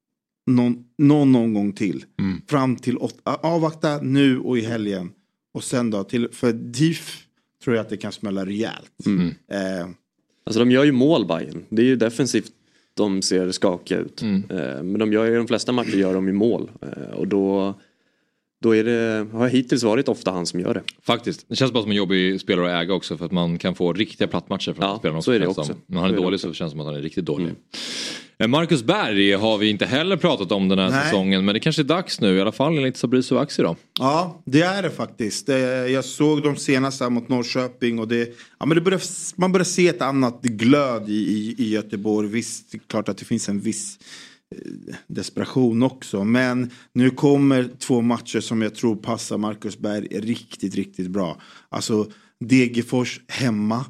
någon, någon, någon gång till mm. fram till åtta, avvakta nu och i helgen, och sen då till, för D I F tror jag att det kan smälla rejält. Mm. Eh, alltså de gör ju mål, Bayern. Det är ju defensivt de ser skakiga ut. Mm. Eh, men de gör ju, de flesta matcher gör de i mål. Eh, och då, då är det, har hittills varit ofta han som gör det. Faktiskt. Det känns bara som en jobbig spelare att äga också, för att man kan få riktiga plattmatcher från ja, spelarna. Så är det också. När han är, är dålig så känns det som att han är riktigt dålig. Mm. Marcus Berg har vi inte heller pratat om den här Nej. säsongen, men det kanske är dags nu, i alla fall enligt Fabricio Axi då. Ja, det är det faktiskt. Jag såg de senaste mot Norrköping, och det, ja, men det börjar, man börjar se ett annat glöd i, i, i Göteborg. Visst, det är klart att det finns en viss eh, desperation också, men nu kommer två matcher som jag tror passar Marcus Berg riktigt, riktigt bra. Alltså Degerfors hemma,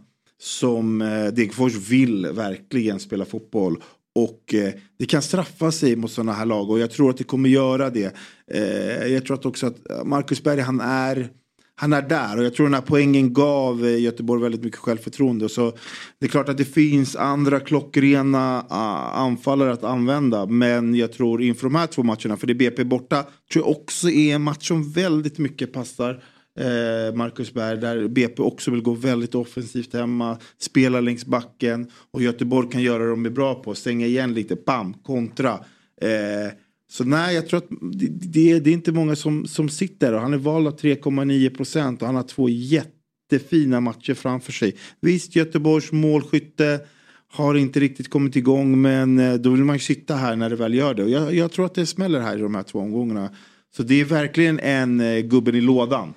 som eh, Degerfors vill verkligen spela fotboll. Och eh, det kan straffa sig mot sådana här lag, och jag tror att det kommer göra det. Eh, jag tror att också att Marcus Berg, han är, han är där, och jag tror den här poängen gav eh, Göteborg väldigt mycket självförtroende. Och så det är klart att det finns andra klockrena uh, anfallare att använda, men jag tror inför de här två matcherna, för det är B P borta, tror jag också är en match som väldigt mycket passar Eh, Marcus Berg, där B P också vill gå väldigt offensivt hemma, spela längs backen, och Göteborg kan göra dem är bra på, stänga igen lite, bam, kontra. Eh, så nej, jag tror att det, det, det är inte många som, som sitter, och han är vald av tre komma nio procent, och han har två jättefina matcher framför sig. Visst, Göteborgs målskytte har inte riktigt kommit igång, men då vill man ju sitta här när det väl gör det, och jag, jag tror att det smäller här i de här två omgångarna. Så det är verkligen en eh, gubben i lådan.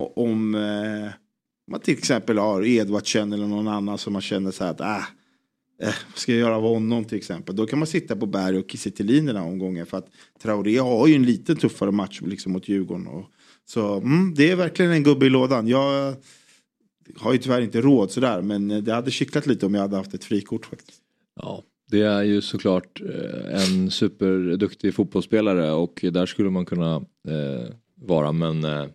Om eh, man till exempel har Edvardsen eller någon annan som man känner så här att äh, eh, vad ska jag göra av honom till exempel, då kan man sitta på Berg och Kiese Thelin den här omgången, för att Traoré har ju en lite tuffare match liksom mot Djurgården, och, så mm, det är verkligen en gubbe i lådan. Jag har ju tyvärr inte råd sådär, men det hade kittlat lite om jag hade haft ett frikort faktiskt. Ja, det är ju såklart en superduktig fotbollsspelare, och där skulle man kunna eh, vara, men eh,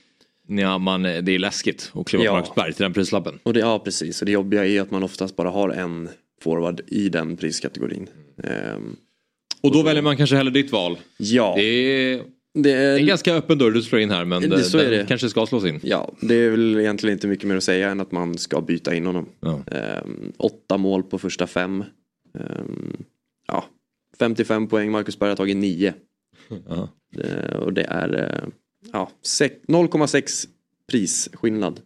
ja, man, det är läskigt att kliva ja. på Marcus Berg till den prislappen. Och det, ja, precis. Och det jobbiga är att man oftast bara har en forward i den priskategorin. Mm. Um, och då och väljer man kanske hellre ditt val. Ja. Det är, det är en ganska öppen dörr du slår in här, men det, så är det kanske ska slås in. Ja, det är väl egentligen inte mycket mer att säga än att man ska byta in honom. Ja. Um, åtta mål på första fem. Um, ja, femtiofem poäng. Marcus Berg har tagit nio. Ja. Uh, och det är... Uh, Ja, noll komma sex prisskillnad.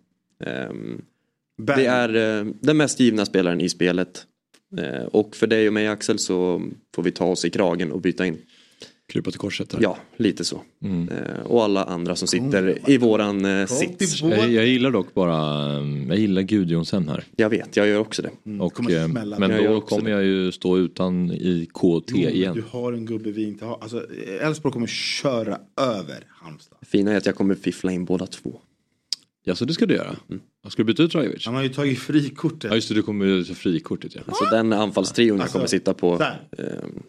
Um, det är uh, den mest givna spelaren i spelet. Uh, och för dig och mig, Axel, så får vi ta oss i kragen och byta in. Krypa till korset där. Ja, lite så. Mm. Uh, och alla andra som sitter mm. i våran uh, sits. Jag, jag gillar dock bara, um, jag gillar Gudjonsen här. Jag vet, jag gör också det. Mm. Och, uh, men jag då kommer det. jag ju stå utan i K T jo, igen. Du har en gubbe vi inte har. Alltså, Elfsborg kommer köra över Halmstad. Fina är att jag kommer fiffla in båda två. Ja, så det ska du göra. Mm. Ska du byta ut Dragic? Han har ju tagit frikortet. Ja, just det, du kommer ju ta frikortet. Ja. Alltså den anfallstrion alltså, jag kommer sitta på... Eh,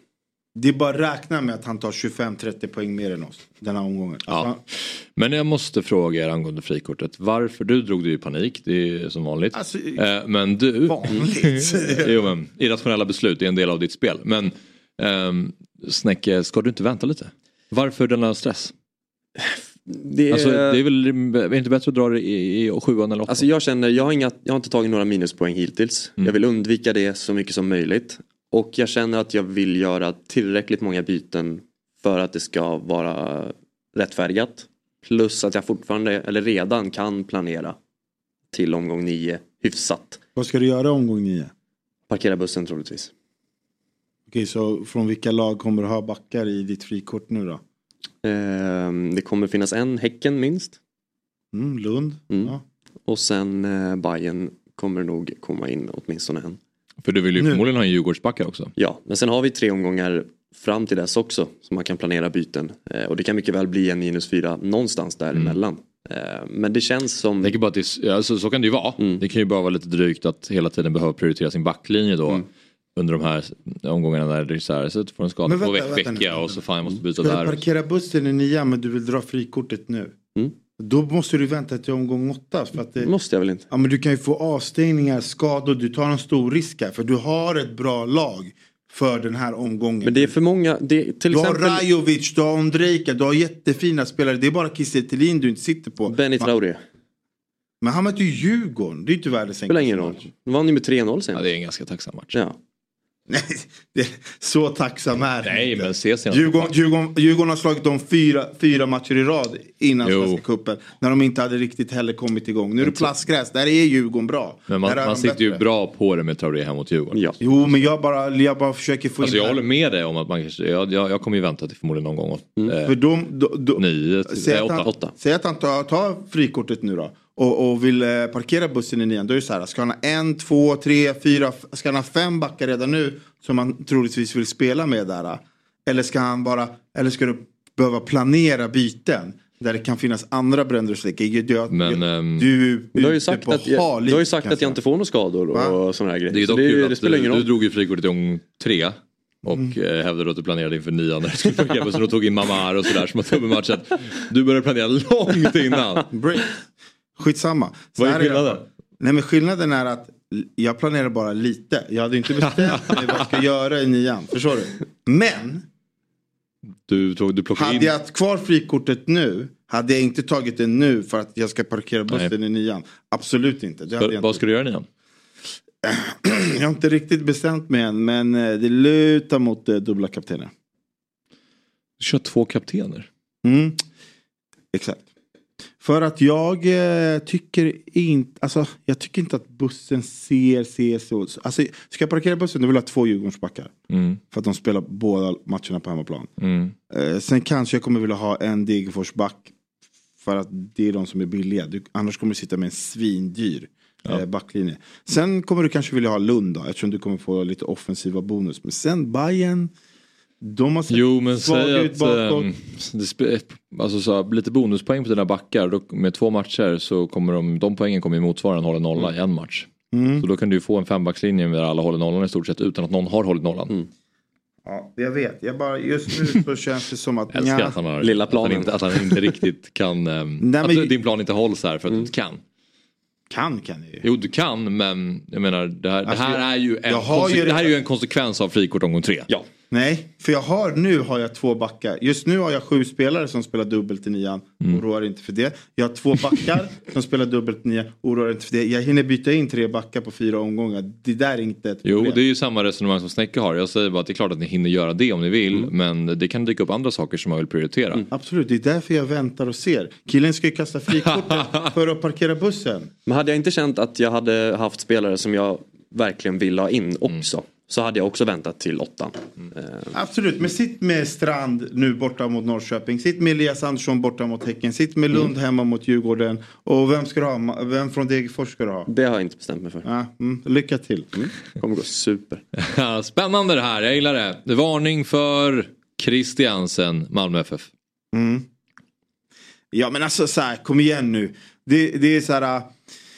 det är bara räkna med att han tar tjugofem trettio poäng mer än oss den här omgången. Alltså, ja. han... Men jag måste fråga er angående frikortet. Varför? Du drog du i panik, det är som vanligt. Alltså, eh, men du... Vanligt? jo, men irrationella beslut är en del av ditt spel. Men eh, Snäcke, ska du inte vänta lite? Varför denna stress? Det är... Alltså, det är väl är det inte bättre att dra det i, i sjuan eller åttan? Alltså jag känner, jag har, inga, jag har inte tagit några minuspoäng hittills. Mm. Jag vill undvika det så mycket som möjligt. Och jag känner att jag vill göra tillräckligt många byten för att det ska vara rättfärdigat. Plus att jag fortfarande, eller redan kan planera till omgång nio hyfsat. Vad ska du göra omgång nio? Parkera bussen troligtvis. Okej, så från vilka lag kommer du ha backar i ditt frikort nu då? Eh, det kommer finnas en, Häcken minst. Mm, Lund. Mm. Ja. Och sen eh, Bayern kommer nog komma in åtminstone en. För du vill ju Nu. förmodligen ha en Djurgårdsbackar också. Ja, men sen har vi tre omgångar fram till dess också. Så man kan planera byten. Eh, och det kan mycket väl bli en minus fyra någonstans däremellan. Mm. Eh, men det känns som... Jag tänker bara att det, ja, så, så kan det ju vara. Mm. Det kan ju bara vara lite drygt att hela tiden behöva prioritera sin backlinje då. Mm. Under de här omgångarna där det är så här. Så får en skada på veck, vecka och så fan jag måste byta Ska där. du parkera bussen i nian men du vill dra frikortet nu? Mm. Då måste du vänta till omgång åtta. För att det, måste jag väl inte. Ja, men du kan ju få avstängningar, skador. Du tar en stor risk här. För du har ett bra lag för den här omgången. Men det är för många. Det, till du exempel... har Rajovic, du har Ondrejka, du har jättefina spelare. Det är bara Kiese Thelin du inte sitter på. Benny Traoré. Men han möter ju Djurgården. Det är ju inte världens spelar ingen roll. Nu vann ju med tre noll sen. Ja, det är en ganska tacksam match. Ja. Nej, det är så tacksam är Nej, inte. men ses Djurgården, Djurgården, Djurgården har slagit dem fyra, fyra matcher i rad innan Jo. Svenska cupen. När de inte hade riktigt heller kommit igång. Nu är det plastgräs. Där är Djurgården bra. Men man, Där är man de sitter bättre. ju bra på det med Traoré här mot Djurgården. Ja. Jo, men jag bara, jag bara försöker få Alltså in... jag håller med dig om att man kanske, jag, jag, jag kommer ju vänta till förmodligen någon gång. Mm. Eh, För de, de, de, nio, säg, äh, att han, åtta. åtta. säg att han tar, tar frikortet nu då. Och, och vill eh, parkera bussen i nian. Då är det så här. Ska han ha en, två, tre, fyra. Ska han ha fem backar redan nu. Som han troligtvis vill spela med där. Eller ska han bara. Eller ska du behöva planera byten. Där det kan finnas andra bränder och släckor. Men, ähm, du, du har ju sagt att jag, du har ju sagt att jag inte får några skador och, och sådana här grejer. Det är dock det, kul det att spelar ingen du, roll. du drog ju frikortet i gång tre. Och mm. hävdade att du planerade inför nian när du skulle parkera bussen och tog in Mamar och sådär som att huvudmatchen. Du började planera långt innan. Skitsamma. Så Vad är här skillnaden? Nej, men skillnaden är att jag planerar bara lite. Jag hade inte bestämt mig vad jag ska göra i nian. Förstår du? Men du, tog, du plockade hade in... jag haft kvar frikortet nu. Hade jag inte tagit det nu för att jag ska parkera bussen Nej. i nian. Absolut inte. Det hade För, jag vad inte. ska du göra i nian? Jag har inte riktigt bestämt mig än. Men eh, det lutar mot eh, dubbla kaptener. Du kör två kaptener. Mm. Exakt. För att jag eh, tycker inte, alltså jag tycker inte att bussen ser, ser så. Alltså ska jag parkera bussen då vill jag ha två Djurgårdsbackar. Mm. För att de spelar båda matcherna på hemmaplan. Mm. Eh, sen kanske jag kommer vilja ha en Degerforsback. För att det är de som är billiga. Du, annars kommer du sitta med en svindyr Ja. eh, backlinje. Sen kommer du kanske vilja ha Lund då. Eftersom du kommer få lite offensiva bonus. Men sen Bayern. De har sett Jo men svaga säg ut att bakåt. ähm, det spe, alltså, så, lite bonuspoäng på dina backar. Då, med två matcher så kommer de, de poängen kommer ju motsvara en håller nolla mm. i en match. Mm. Så då kan du ju få en fembackslinje där alla håller nollan i stort sett utan att någon har hållit nollan. Mm. Ja, jag vet. Jag bara, just nu så känns det som att... Jag älskar att han har, Lilla planen. Att han inte, att han inte riktigt kan... Ähm, Nej, men- att din plan inte hålls här för att Mm. du inte kan. Kan kan det ju. Jo du kan men jag menar det här, Alltså, det här, är, ju en jag har konse- ju det här är redan- ju en konsekvens av frikort omgång tre. Ja. Nej, för jag har, nu har jag två backar. Just nu har jag sju spelare som spelar dubbelt i nian. Mm. Oroar inte för det. Jag har två backar som spelar dubbelt i nian. Oroar inte för det. Jag hinner byta in tre backar på fyra omgångar. Det där är inte ett Jo, problem. det är ju samma resonemang som Snäcke har. Jag säger bara att det är klart att ni hinner göra det om ni vill. Mm. Men det kan dyka upp andra saker som man vill prioritera. Mm. Absolut, det är därför jag väntar och ser. Killen ska ju kasta frikortet för att parkera bussen. Men hade jag inte känt att jag hade haft spelare som jag verkligen vill ha in också. Mm. Så hade jag också väntat till åttan. Mm. Uh. Absolut, men sitt med Strand nu borta mot Norrköping. Sitt med Elias Andersson borta mot Häcken. Sitt med Lund mm. hemma mot Djurgården. Och vem ska du ha? Vem från Degerfors ska du ha? Det har jag inte bestämt mig för. Ja, mm, lycka till. Mm. Det kommer gå super. Spännande det här, jag gillar det. Varning för Christiansen, Malmö F F. Mm. Ja men alltså så här, kom igen nu. Det, det är så här... Äh,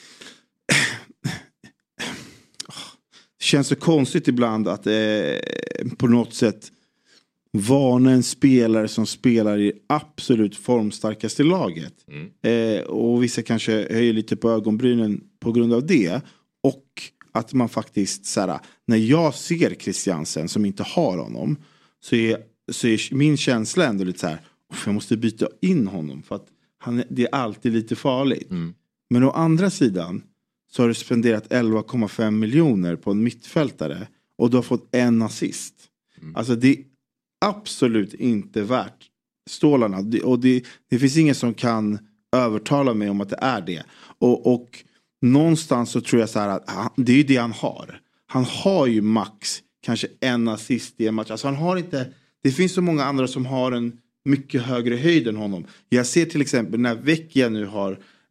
det känns så konstigt ibland att eh, på något sätt varna en spelare som spelar i absolut formstarkaste laget. Mm. Eh, och vissa kanske höjer lite på ögonbrynen på grund av det. Och att man faktiskt så här, när jag ser Christiansen som inte har honom så är, så är min känsla ändå lite så här, jag måste byta in honom för att han, det är alltid lite farligt. Mm. Men å andra sidan så har du spenderat elva komma fem miljoner på en mittfältare och du har fått en assist. Mm. Alltså det är absolut inte värt stålarna. Det, och det, det finns ingen som kan övertala mig om att det är det. Och, och någonstans så tror jag så här att han, det är ju det han har. Han har ju max kanske en assist i en match. Alltså han har inte, det finns så många andra som har en mycket högre höjd än honom. Jag ser till exempel när Vecchia nu har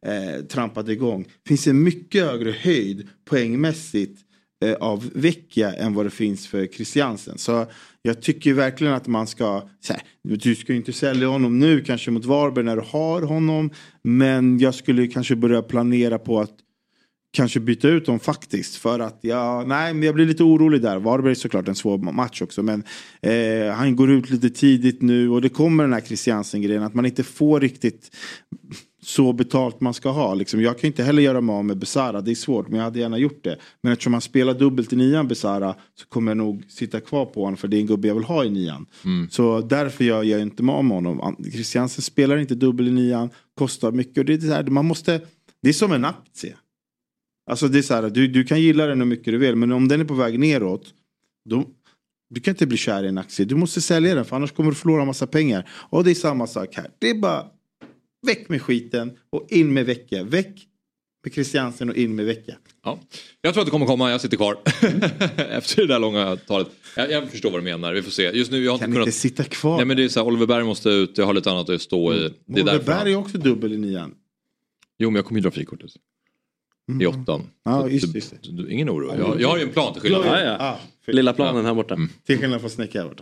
eh, trampade igång. Finns det mycket högre höjd poängmässigt eh, av Vecchia än vad det finns för Christiansen. Så jag tycker verkligen att man ska, så här, du ska ju inte sälja honom nu kanske mot Varberg när du har honom, men jag skulle kanske börja planera på att kanske byta ut dem faktiskt, för att ja, nej, men jag blir lite orolig där. Varberg är såklart en svår match också, men eh, han går ut lite tidigt nu och det kommer den här Christiansen-grejen att man inte får riktigt så betalt man ska ha. Liksom, jag kan inte heller göra mig av med Besara, det är svårt, men jag hade gärna gjort det. Men eftersom han spelar dubbelt i nian, Besara, så kommer jag nog sitta kvar på honom, för det är en gubbe jag vill ha i nian. Mm. Så därför gör jag inte mig av med honom. Christiansen spelar inte dubbel i nian, kostar mycket, och det är så här, man måste, det är som en aktie. Alltså det är så här, du, du kan gilla den hur mycket du vill, men om den är på väg neråt, då, du kan inte bli kär i en aktie. Du måste sälja den, för annars kommer du förlora en massa pengar. Och det är samma sak här. Det är bara väck med skiten och in med Vecchia. Väck med Christiansen och in med Vecchia. Ja. Jag tror att det kommer komma, jag sitter kvar efter det där långa talet. Jag, jag förstår vad du menar, vi får se. Just nu, jag har kan inte kunnat... inte sitta kvar. Nej, men det är så här, Oliver Berg måste ut, jag har lite annat att stå i. Det är Oliver därför. Berg är också dubbel i nian. Jo, men jag kommer ju dra frikortet. Mm. I åttan. Ja, just, just du, du, ingen oro. Jag, jag har ju en plan till skillnad. Ja, ja. Ah, Lilla planen här borta. Mm. Till skillnad från Snäcka här borta.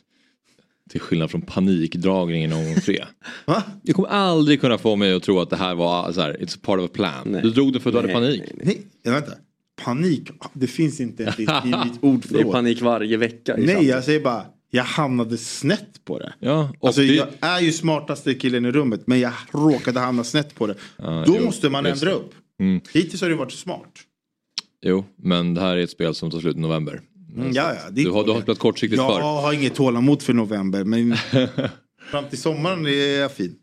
Till skillnad från panikdragningen om tre. Va? Jag kommer aldrig kunna få mig att tro att det här var så här, it's a part of a plan. Nej. Du drog det för att du hade panik. Nej, nej. nej vänta. Panik, det finns inte i, i mitt ordförråd. Det är panik varje vecka. Nej, framtiden. Jag säger bara, jag hamnade snett på det. Ja, och alltså, det... jag är ju smartaste killen i rummet, men jag råkade hamna snett på det. Ja, Då jo, måste man ändra upp. Mm. Hittills har det varit smart. Jo, men det här är ett spel som tar slut i november. Mm, ja, ja, du, har, du har spelat kortsiktigt jag för. Jag har inget tålamod för november, men fram till sommaren är jag fin.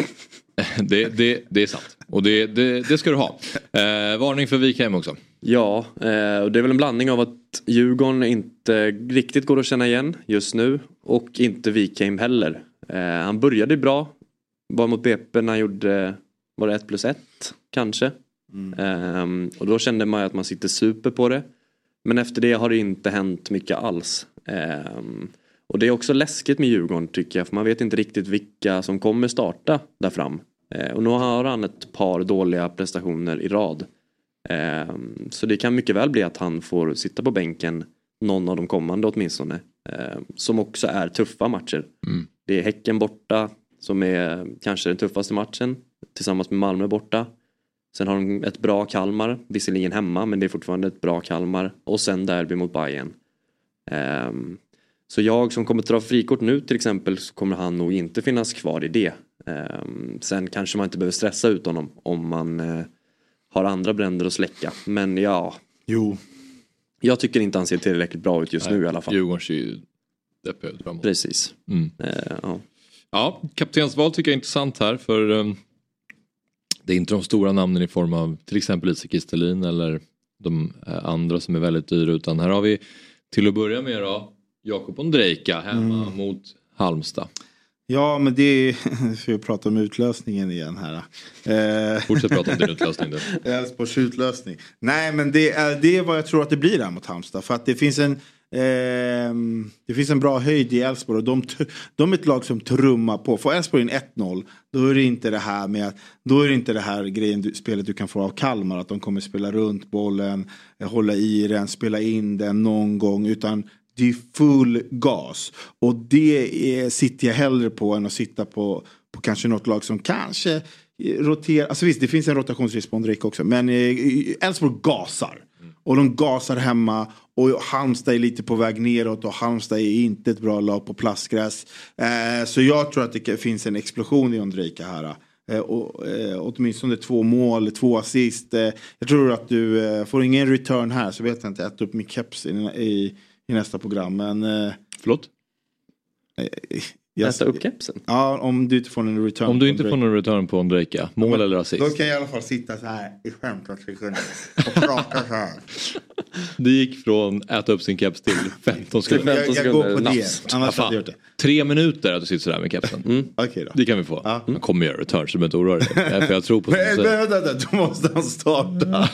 det, det, det är sant. Och det, det, det ska du ha. Eh, varning för Wikheim också. Ja, eh, och det är väl en blandning av att Djurgården inte riktigt går att känna igen just nu. Och inte Wikheim heller. Eh, han började bra. Var mot B P när han gjorde, var det ett plus ett kanske. Mm. Eh, och då kände man att man sitter super på det. Men efter det har det inte hänt mycket alls. Eh, och det är också läskigt med Djurgården tycker jag. För man vet inte riktigt vilka som kommer starta där fram. Eh, och nu har han ett par dåliga prestationer i rad. Eh, så det kan mycket väl bli att han får sitta på bänken någon av de kommande åtminstone. Eh, som också är tuffa matcher. Mm. Det är Häcken borta som är kanske den tuffaste matchen. Tillsammans med Malmö borta. Sen har de ett bra Kalmar. Visserligen hemma, men det är fortfarande ett bra Kalmar. Och sen derby mot Bayern. Eh, så jag som kommer att dra frikort nu till exempel, så kommer han nog inte finnas kvar i det. Um, sen kanske man inte behöver stressa ut honom om man uh, har andra bränder att släcka. Men ja, jo. Jag tycker inte han ser tillräckligt bra ut just Nej, nu i alla fall. Djurgården ser ju deppig ut framåt. Precis. Mm. Uh, ja. ja, kaptensval tycker jag är intressant här. För um, det är inte de stora namnen i form av till exempel Isak Kistelin eller de uh, andra som är väldigt dyra. Utan här har vi till att börja med då Jakob Ondrejka hemma mm. mot Halmstad. Ja, men det är... Ska vi prata om utlösningen igen här. Eh... Fortsätt prata om din utlösning då. Elfsborgs utlösning. Nej, men det är, det är vad jag tror att det blir där mot Halmstad. För att det finns en... Eh, det finns en bra höjd i Elfsborg. Och de, de är ett lag som trummar på. Får Elfsborg in ett noll, då är det inte det här med... Då är det inte det här grejen, du, spelet du kan få av Kalmar. Att de kommer spela runt bollen, hålla i den, spela in den någon gång. Utan... Det är full gas. Och det är, sitter jag hellre på än att sitta på, på kanske något lag som kanske roterar. Alltså visst, det finns en rotationsrisk på Ondrejka också. Men Elfsborg gasar. Mm. Och de gasar hemma. Och Halmstad är lite på väg neråt. Och Halmstad är inte ett bra lag på plastgräs. Eh, så jag tror att det finns en explosion i Ondrejka här. Eh, och, eh, åtminstone två mål, två assist. Eh, jag tror att du eh, får ingen return här. Så vet jag inte, äta upp min keps i... i i nästa program, men... Eh, Förlåt? Eh, jag, Äta upp kepsen? Ja, om du inte får en return. Om du inte får någon return på Ondrejka, mål eller assist? Då kan jag i alla fall sitta så här i femton sekunder och prata så här. Det gick från äta upp sin keps till femton sekunder. Jag, jag går på det, annars hade jag gjort det. Tre minuter att du sitter sådär med kepsen. Mm. Okay då. Det kan vi få. Ja. Han kommer göra return så du inte oroar dig. För jag tror på men, men vänta, då måste han starta.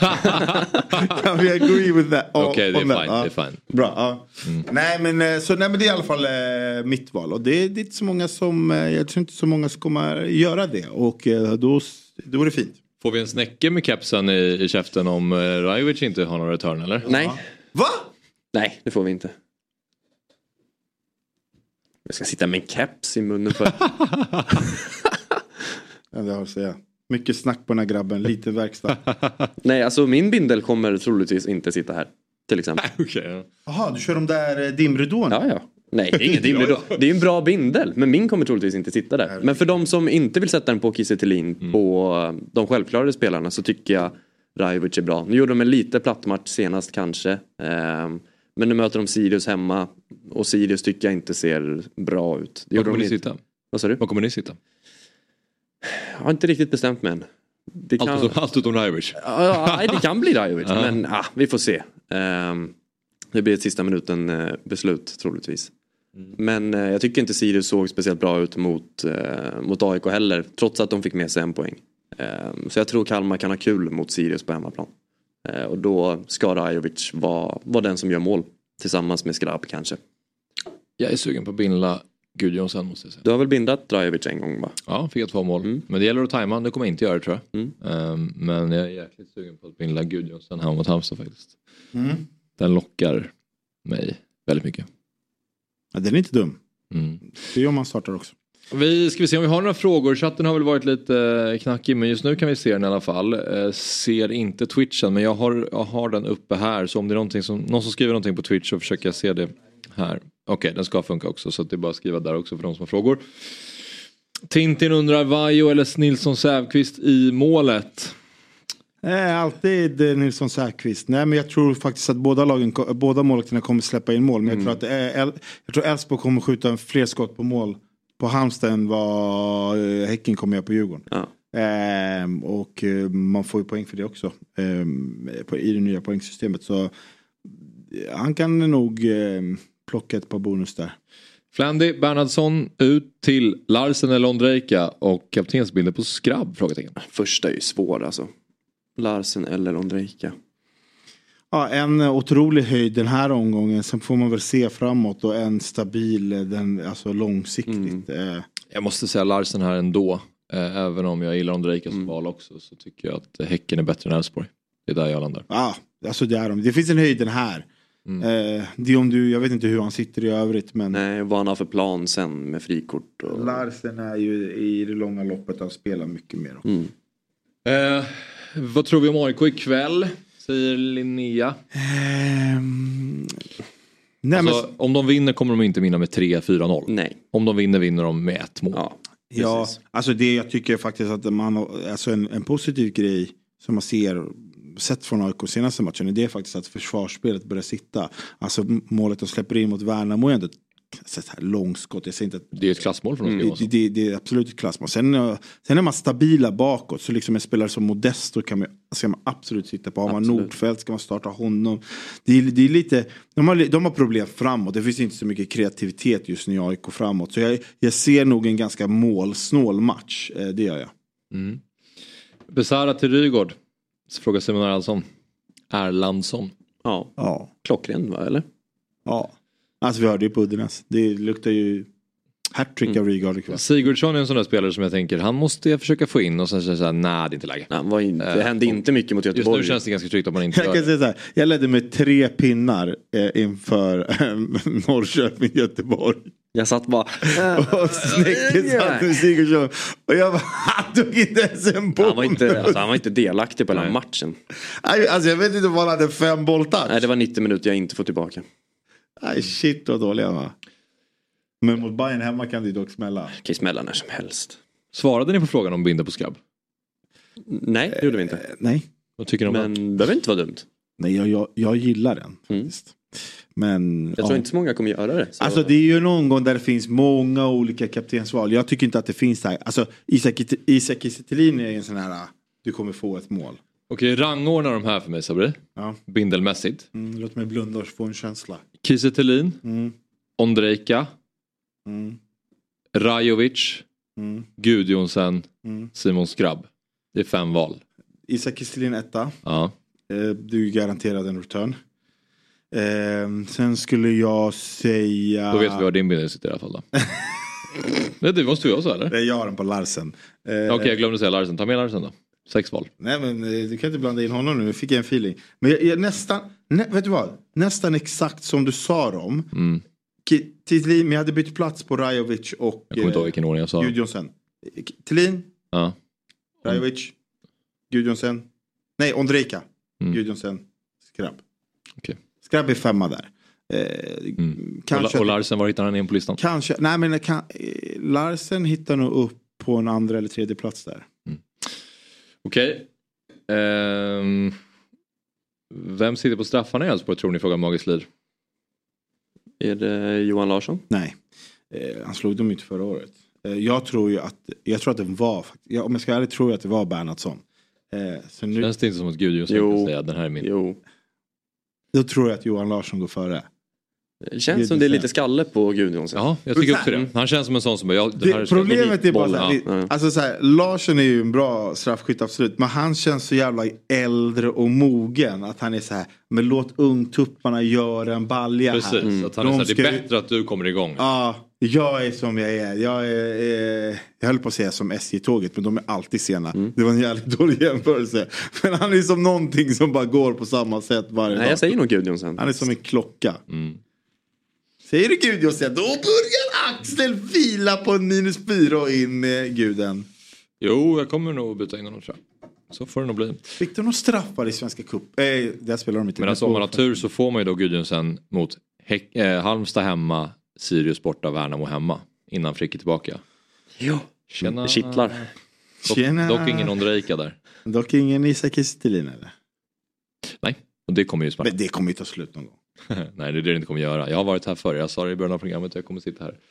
Kan vi agree with that? Okej, okay, det, ja. det är fine. Bra, ja. Mm. Nej, men, så, nej men det är i alla fall eh, mitt val. Och det, det är inte så många som, eh, jag tror inte så många som kommer göra det. Och eh, då, då är det fint. Får vi en snäcke med kepsen i, i käften om uh, Rajovic inte har någon return eller? Nej. Va? Nej, det får vi inte. Jag ska sitta med en keps i munnen för... Ja, det har att säga. Mycket snack på den här grabben, lite verkstad. Nej, alltså min bindel kommer troligtvis inte sitta här. Till exempel. Okej. Jaha, du kör de där eh, dimridåerna? Ja, ja. Nej, det är ingen dimridå. Det är en bra bindel, men min kommer troligtvis inte sitta där. Men för de som inte vill sätta den på Kiese Thelin mm. på de självklarade spelarna så tycker jag Rajovic är bra. Nu gjorde de en lite platt match senast kanske. Um, men nu möter de Sirius hemma och Sirius tycker jag inte ser bra ut. Vad kommer ni sitta? Vad sa du? Vad kommer ni sitta? Jag har inte riktigt bestämt mig än. Det kan... allt, utom, allt utom Rajovic? Ja, nej, det kan bli Rajovic, men ah, vi får se. Um, det blir ett sista minuten uh, beslut troligtvis. Mm. Men uh, jag tycker inte Sirius såg speciellt bra ut mot, uh, mot A I K heller, trots att de fick med sig en poäng. Um, så jag tror Kalmar kan ha kul mot Sirius på hemmaplan. Uh, och då ska Rajovic vara, vara den som gör mål, tillsammans med Skrab kanske. Jag är sugen på att bindla Gudjonsson måste jag säga. Du har väl bindat Rajovic en gång va? Ja, fick jag två mål. Mm. Men det gäller att tajma, det kommer jag inte göra tror jag. Mm. Um, men jag är jäkligt sugen på att bindla Gudjonsson här mot Halmstad faktiskt. Mm. Den lockar mig väldigt mycket. Ja, den är inte dum. Mm. Det är om man startar också. Vi ska vi se om vi har några frågor. Chatten har väl varit lite knackig, men just nu kan vi se den i alla fall. Eh, ser inte Twitchen, men jag har, jag har den uppe här. Så om det är någonting som, någon som skriver någonting på Twitch så försöker jag se det här. Okej, okay, den ska funka också, så det är bara att skriva där också för de som har frågor. Tintin undrar, Vajo eller Nilsson Säfqvist i målet? Nej, alltid Nilsson Säfqvist. Nej, men jag tror faktiskt att båda lagen, båda målvakterna kommer släppa in mål. Men mm. jag tror att El, jag tror Elfsborg kommer skjuta fler skott på mål på Halmstad än vad Häcken kommer göra på Djurgården. Ja. Ehm, och man får ju poäng för det också ehm, på, i det nya poängsystemet. Så han kan nog ehm, plocka ett par bonus där. Flandy Bernhardsson ut till Larsen eller Ondrejka och kaptensbilder på Skrabb, frågetecken. Första är ju svår alltså. Larsen eller Ondrejka. Ja, en otrolig höjd den här omgången. Sen får man väl se framåt och en stabil, den, alltså långsiktigt. Mm. Jag måste säga Larsen här ändå. Även om jag gillar Ondrejka som mm. val också, så tycker jag att Häcken är bättre än Elfsborg. Det är där jag landar. Ja, alltså det är de. Det finns en höjd den här. Mm. Eh, det är om du, jag vet inte hur han sitter i övrigt, men nej, vad han har för plan sen med frikort och... Larsen är ju i det långa loppet att spela mycket mer. Mm. Eh, vad tror vi om A I K ikväll? Säger Linnea. Um, nej, alltså, men... Om de vinner kommer de inte vinna med tre fyra noll. Nej. Om de vinner vinner de med ett mål. Ja, ja, alltså det jag tycker faktiskt att man alltså en, en positiv grej som man ser sett från A I K senaste matchen, det är faktiskt att försvarsspelet börjar sitta. Alltså målet de släpper in mot Värnamo är ändå ett här långskott. Jag säger inte att, det är ett klassmål från mm, det, det, det är absolut ett klassmål. Sen, sen är man stabila bakåt, så liksom en spelare som Modesto kan man, ska man absolut sitta på. Har man Nordfeldt ska man starta honom. Det är, det är lite, de har, de har problem framåt. Det finns inte så mycket kreativitet just nu i A I K framåt. Så jag, jag ser nog en ganska målsnål match. Det gör jag. Mm. Besara till Rygård. Fråga Simon Erlandsson. Erlandsson. Ja. ja. Klockren va, eller? Ja. Alltså vi hörde ju på Uddenäs. Det luktar ju hattrick mm. av Rygård ikväll. Sigurdsson är en sån där spelare som jag tänker, han måste jag försöka få in och sen säga såhär, nej det är inte läge. Nej, var inte, det hände uh, inte mycket mot Göteborg. Just nu känns det ganska tryggt om man inte jag kan säga så här, jag ledde med tre pinnar eh, inför eh, Norrköping Göteborg. Jag satt bara och Snäcket satt med Sigurdsson och jag bara, han tog inte ens en boll. Han var inte, alltså, han var inte delaktig på den här matchen. Alltså jag vet inte om han hade fem bolltouch. Nej, det var nittio minuter jag inte får tillbaka. Nej, shit vad dåliga va. Men mot Bayern hemma kan det dock smälla. Det kan ju smälla när som helst. Svarade ni på frågan om binder på Skrabb? Nej, det gjorde vi inte. Eh, nej. Vad tycker ni om Men det behöver inte vara dumt. Nej, jag, jag, jag gillar den faktiskt. Mm. Men, jag tror ja. inte så många kommer göra det. Så. Alltså det är ju någon gång där det finns många olika kaptensval. Jag tycker inte att det finns där. Alltså Isak, Isak Kiese Thelin är en sån här, du kommer få ett mål. Okej, rangordna de här för mig, Sabri. Ja. Bindelmässigt. Mm, låt mig blunda och få en känsla. Kiese Thelin. Mm. Ondrejka. Mm. Rajovic. Mm. Gudjonsen. Mm. Simon Skrabb. Det är fem val. Isak Kiese Thelin etta. Ja. Eh, du är garanterad en return. Eh, sen skulle jag säga... Då vet vi var din bindel sitter i alla fall då. Nej, det måste vi också, eller? Jag har den på Larsen. Eh, Okej, okay, jag glömde säga Larsen. Ta med Larsen då. Sex val. Nej men du kan inte blanda in honom nu, jag fick en feeling. Men jag, jag nästan, nä, vet du vad? Nästan exakt som du sa dem. Mm. Thelin, men jag hade bytt plats på Rajovic och jag kommer inte ihåg vilken ordning jag sa. Gudjonsen. Thelin, ja. Rajovic, Gudjonsen. Nej, Ondrejka. Mm. Gudjonsen, Skrabb. Okay. Skrabb är femma där. Eh, mm. kanske, och, och Larsen, var hittar han in på listan? Kanske, nej men kan, eh, Larsen hittar nog upp på en andra eller tredje plats där. Mm. Okej. Okay. Um, vem sitter på straffarna i Elfsborg tror ni, frågar Magis Lir? Är det Johan Larsson? Nej, eh, han slog dem inte förra året. Eh, jag tror ju att, jag tror att det var, jag, om jag ska ärligt tror jag att det var Bernhardsson. Eh, så nu, Känns det inte som att Gud just kan säga den här är min? Jo. Då tror jag att Johan Larsson går före. Det känns Gud som det är lite skalle på Gudjonsson. Ja, jag tycker också det. Han känns som en sån som jag, det, här problemet är bara så här, ja. alltså så här, Larsson är ju en bra straffskytt absolut, men han känns så jävla äldre och mogen att han är så här, men låt ungtupparna göra en balja. Precis, här. Mm. Att han är så här, det är bättre att du kommer igång. Ja, jag är som jag är. Jag är, är jag höll på att säga som S J-tåget, men de är alltid sena. Mm. Det var en jävligt dålig jämförelse. Men han är som någonting som bara går på samma sätt varje Nej, dag. jag säger nog Gudjonsson. Han är som en klocka. Mm. Säger du Gudjonsson, då börjar Axel fila på en minus fyra och in med Guden. Jo, jag kommer nog byta in honom, tror jag. Så får det nog bli. Fick du någon straffar i Svenska Cup? Eh, där spelar de inte. Men alltså om man har tur så får man ju då Gudjonsson mot Häck, eh, Halmstad hemma, Sirius borta, Värnamo hemma. Innan Frick är tillbaka. Jo, Tjena. Det kittlar. Tjena. Dock, dock ingen Ondrejka där. Dock ingen Isak Kristelin eller? Nej, och det kommer ju smälla. Men det kommer ju ta slut någon gång. Nej, det är det det inte kommer göra. Jag har varit här förr. Jag sa det i början av programmet. Jag kommer sitta här.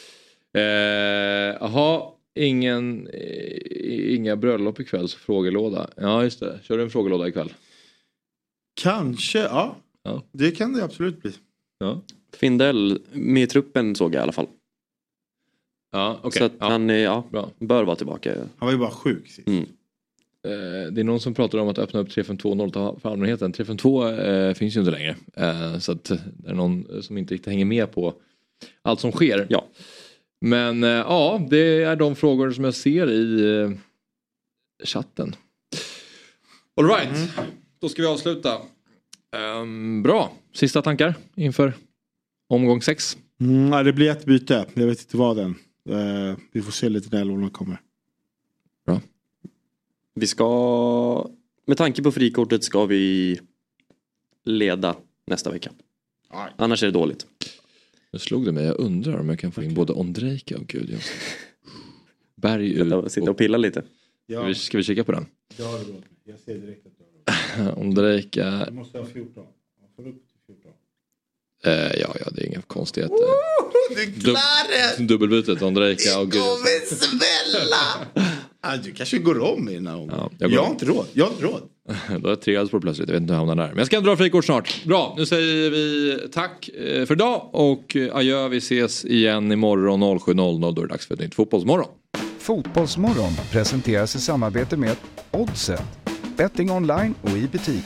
Jaha, eh, ingen eh, inga bröllop ikväll, så frågelåda. Ja, just det. Kör du en frågelåda ikväll? Kanske, ja. ja. Det kan det absolut bli. Ja. Findell med i truppen såg jag i alla fall. Ja, okej. Okay. Så att ja. han ja, bör vara tillbaka. Han var ju bara sjuk sist. Mm. Det är någon som pratar om att öppna upp tre fem två noll för allmänheten. tre fem två eh, finns ju inte längre. Eh, så att det är någon som inte riktigt hänger med på allt som sker. Ja. Men eh, ja, det är de frågor som jag ser i eh, chatten. All right, mm. Då ska vi avsluta. Um, bra, sista tankar inför omgång sex? Mm, det blir ett byte, jag vet inte vad den. Uh, vi får se lite när Lorna kommer. Bra. Vi ska, med tanke på frikortet ska vi leda nästa vecka. Aj. Annars är det dåligt. Nu slog det mig, jag undrar om jag kan få in både Ondrejka och Gudjonsson. Berg ut. Sitta och pilla lite. Ja. Ska, vi, ska vi kika på den? Ja, det går. Jag ser direkt att du har Ondrejka. Du måste ha fjorton. Jag får upp till fjorton. Uh, ja, ja, det är inga konstigheter. Oh, du klarar det! Dubbelbytet, Ondrejka och Gudjonsson. Det kommer svälla! Ah, du kanske går om i den här ja, jag, jag har inte råd. Jag har inte råd. Då är tre på plötsligt. Jag vet inte hur jag hamnar där. Men jag ska dra frikort snart. Bra, nu säger vi tack för idag. Och adjö, vi ses igen imorgon sju noll noll. Då är det dags för ett nytt Fotbollsmorgon. Fotbollsmorgon presenteras i samarbete med Oddset. Betting online och i butik.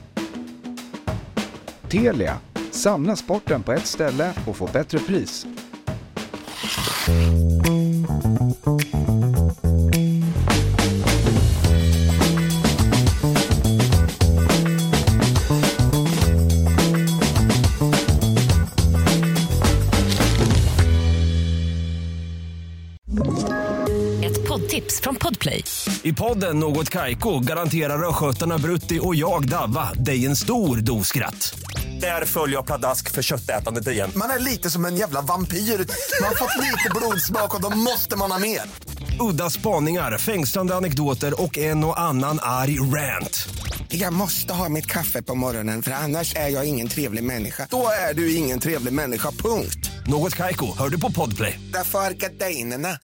Telia. Samla sporten på ett ställe och få bättre pris. Ett poddtips från Podplay. I podden Något Kaiko garanterar röskötarna Brutti och jag Davva dig en stor dos skratt. Där följer jag pladask för köttätandet igen. Man är lite som en jävla vampyr. Man har fått lite blodsmak och då måste man ha mer. Udda spaningar, fängslande anekdoter och en och annan arg rant. Jag måste ha mitt kaffe på morgonen, för annars är jag ingen trevlig människa. Då är du ingen trevlig människa, punkt. Något Kaiko, hör du på Podplay. Därför är gardinerna.